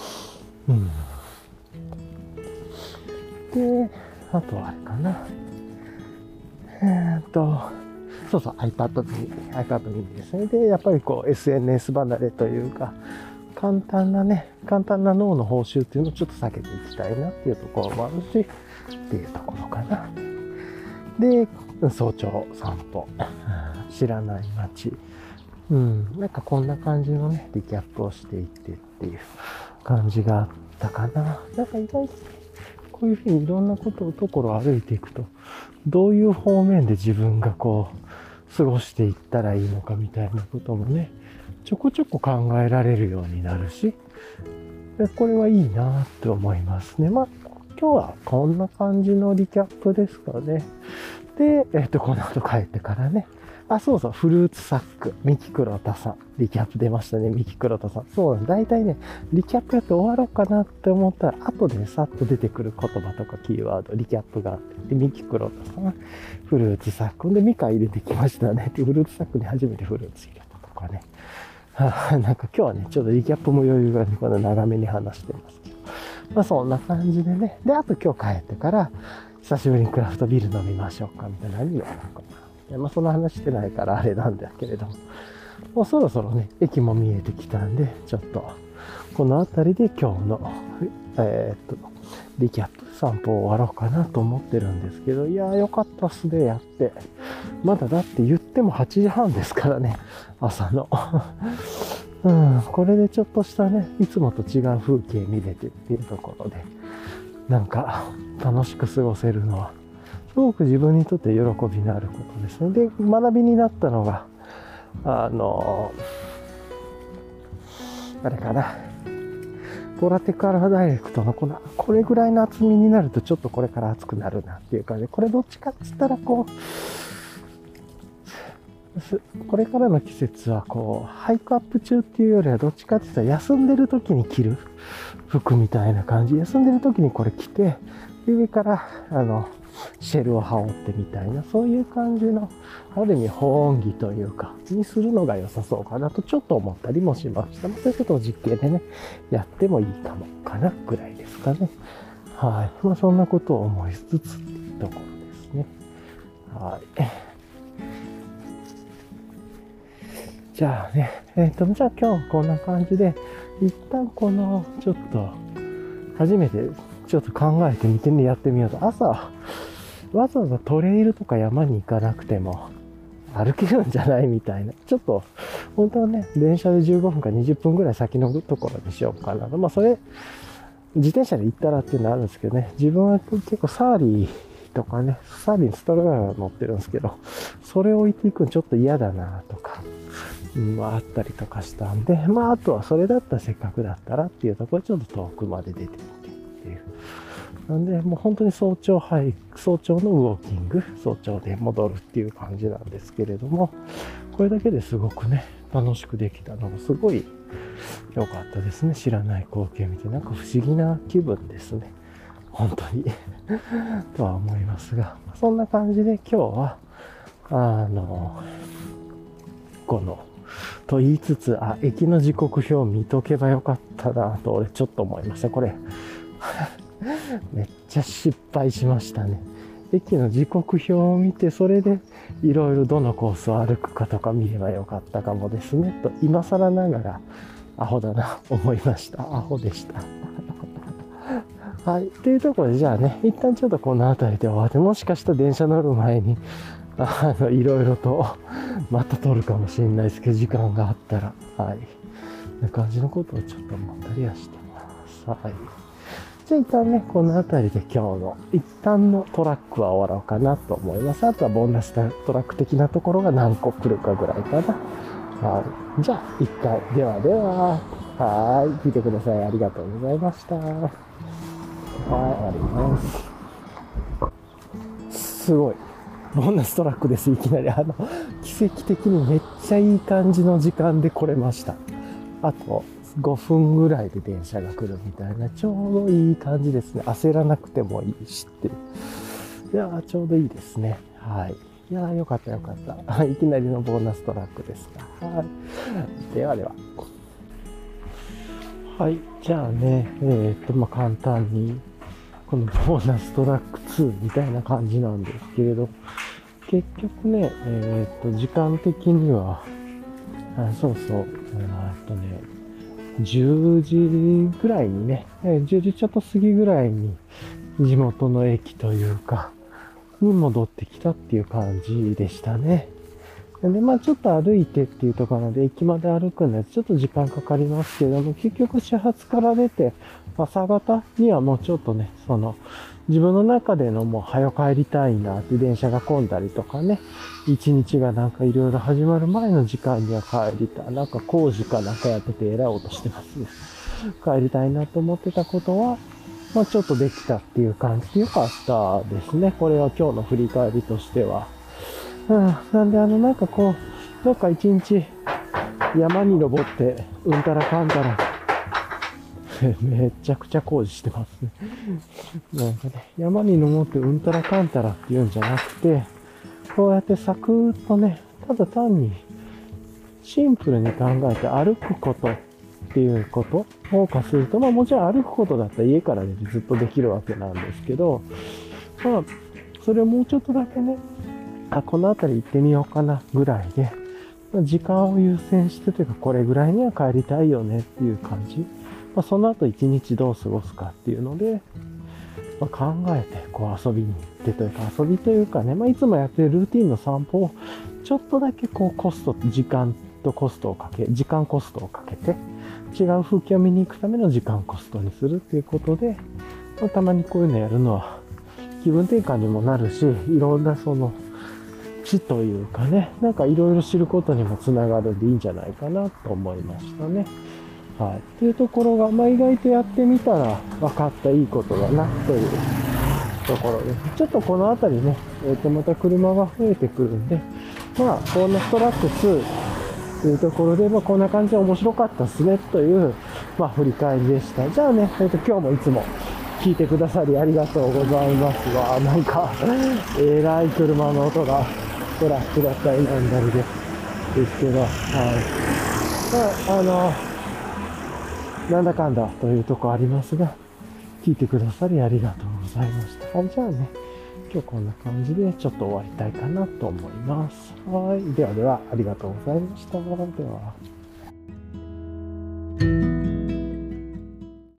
で、あとはあれかな。iPad mini ですね。で、やっぱりSNS 離れというか、簡単な脳の報酬っていうのをちょっと避けていきたいなっていうところもあるし、っていうところかな。で、早朝散歩、知らない街、こんな感じのね、リキャップをしていってっていう感じがあったかな。意外とこういうふうにいろんなところを歩いていくと、どういう方面で自分が過ごしていったらいいのかみたいなこともね、ちょこちょこ考えられるようになるし、これはいいなって思いますね。今日はこんな感じのリキャップですかね。で、この後帰ってからね、フルーツサック、ミキクロタさん。リキャップ出ましたね、ミキクロタさん。そうなんだ。大体ね、リキャップやって終わろうかなって思ったら、後でね、さっと出てくる言葉とかキーワード、リキャップがあって、で、ミキクロタさん、フルーツサック。で、ミカ入れてきましたね。で、フルーツサックに初めてフルーツ入れたとかね。今日はね、ちょっとリキャップも余裕がね、この長めに話してますけど。そんな感じでね。で、あと今日帰ってから、久しぶりにクラフトビール飲みましょうかみたいな。何を飲むかな。その話してないからあれなんだけれども。もうそろそろね、駅も見えてきたんで、ちょっと、この辺りで今日の、リキャップ散歩を終わろうかなと思ってるんですけど、いやーよかったっすね、やって。まだだって言っても8時半ですからね、朝の。これでちょっとしたね、いつもと違う風景見れてっていうところで、楽しく過ごせるのは、すごく自分にとって喜びのあることですね。で、学びになったのが、あれかな、 コラテカラダイレクトのこれぐらいの厚みになるとちょっとこれから熱くなるなっていう感じで、これどっちかって言ったらこれからの季節はハイクアップ中っていうよりはどっちかって言ったら休んでる時に着る服みたいな感じ。休んでる時にこれ着て、上からシェルを羽織ってみたいな、そういう感じの、ある意味保温着というか、にするのが良さそうかなとちょっと思ったりもしました。そういうことを実験でね、やってもいいかもかなぐらいですかね。はい。そんなことを思いつつっていうところですね。はい。じゃあね、じゃあ今日こんな感じで、一旦ちょっと、初めてちょっと考えてみてね、やってみようと。朝、わざわざトレイルとか山に行かなくても、歩けるんじゃないみたいな。ちょっと、本当はね、電車で15分か20分ぐらい先のところにしようかなと。それ、自転車で行ったらっていうのはあるんですけどね、自分は結構サーリーとかね、サーリーにストラガー乗ってるんですけど、それを置いていくのちょっと嫌だなとか、あったりとかしたんで、あとはそれだったらせっかくだったらっていうところでちょっと遠くまで出てみてっていう。なんで、もう本当に早朝のウォーキング、早朝で戻るっていう感じなんですけれども、これだけですごくね、楽しくできたのがすごい良かったですね。知らない光景見て、なんか不思議な気分ですね。本当にとは思いますが、そんな感じで今日は、と言いつつ、駅の時刻表を見とけばよかったなと俺ちょっと思いました。これめっちゃ失敗しましたね。駅の時刻表を見て、それでいろいろどのコースを歩くかとか見ればよかったかもですねと、今更ながらアホだな思いました。アホでしたはい。というところで、じゃあね、一旦ちょっとこの辺りで終わって、もしかしたら電車乗る前にいろいろとまた撮るかもしれないですけど、時間があったら、はい。な感じのことをちょっと思ったりはしてます。はい。じゃあ一旦ね、この辺りで今日の一旦のトラックは終わろうかなと思います。あとはボーナストラック的なところが何個来るかぐらいかな。はい。じゃあ一回、ではでは、はい。聞いてください。ありがとうございました。はい、あります。すごい。ボーナストラックです。いきなり奇跡的にめっちゃいい感じの時間で来れました。あと5分ぐらいで電車が来るみたいな、ちょうどいい感じですね。焦らなくてもいいしっていう。いやー、ちょうどいいですね。はい。いやー、よかったよかった。いきなりのボーナストラックですが。はい。ではでは。はい。じゃあね、簡単に、このボーナストラック2みたいな感じなんですけれど、結局ね、時間的には、10時ぐらいにね、10時ちょっと過ぎぐらいに地元の駅というか、に戻ってきたっていう感じでしたね。で、ちょっと歩いてっていうところなので、駅まで歩くのでちょっと時間かかりますけれども、結局始発から出て、朝方にはもうちょっとね、自分の中でのもう早帰りたいなって電車が混んだりとかね、一日がなんかいろいろ始まる前の時間には帰りたい。なんか工事かなんかやってて偉い音してますね。帰りたいなと思ってたことは、ちょっとできたっていう感じでよかったですね。これは今日の振り返りとしては。なんでどっか一日山に登ってうんたらかんたらめちゃくちゃ工事してますね。なんかね、山に登ってうんたらかんたらっていうんじゃなくて、こうやってサクッとね、ただ単にシンプルに考えて歩くことっていうことを謳歌すると、もちろん歩くことだったら家からでずっとできるわけなんですけど、それをもうちょっとだけね、この辺り行ってみようかなぐらいで、時間を優先してというか、これぐらいには帰りたいよねっていう感じ。その後一日どう過ごすかっていうので、考えて遊びに行ってというか、遊びというかね、いつもやってるルーティンの散歩をちょっとだけ時間コストをかけて、違う風景を見に行くための時間コストにするっていうことで、たまにこういうのやるのは気分転換にもなるし、いろんな知というかね、なんかいろいろ知ることにもつながるんでいいんじゃないかなと思いましたね。 はい。っていうところが、まあ、意外とやってみたら分かったいいことだなというところです。ちょっとこの辺りね、また車が増えてくるんで、まあ、ボーナストラック2というところで、まあ、こんな感じで面白かったっすね、という、まあ、振り返りでした。じゃあね、今日もいつも聞いてくださりありがとうございます。わ、なんか、えらい車の音が、トラックだったりなんだりですけど、はい。まあ、なんだかんだというとこありますが、聞いてくださりありがとうございました。はい、じゃあね、今日こんな感じでちょっと終わりたいかなと思います。はい。ではでは、ありがとうございました。では。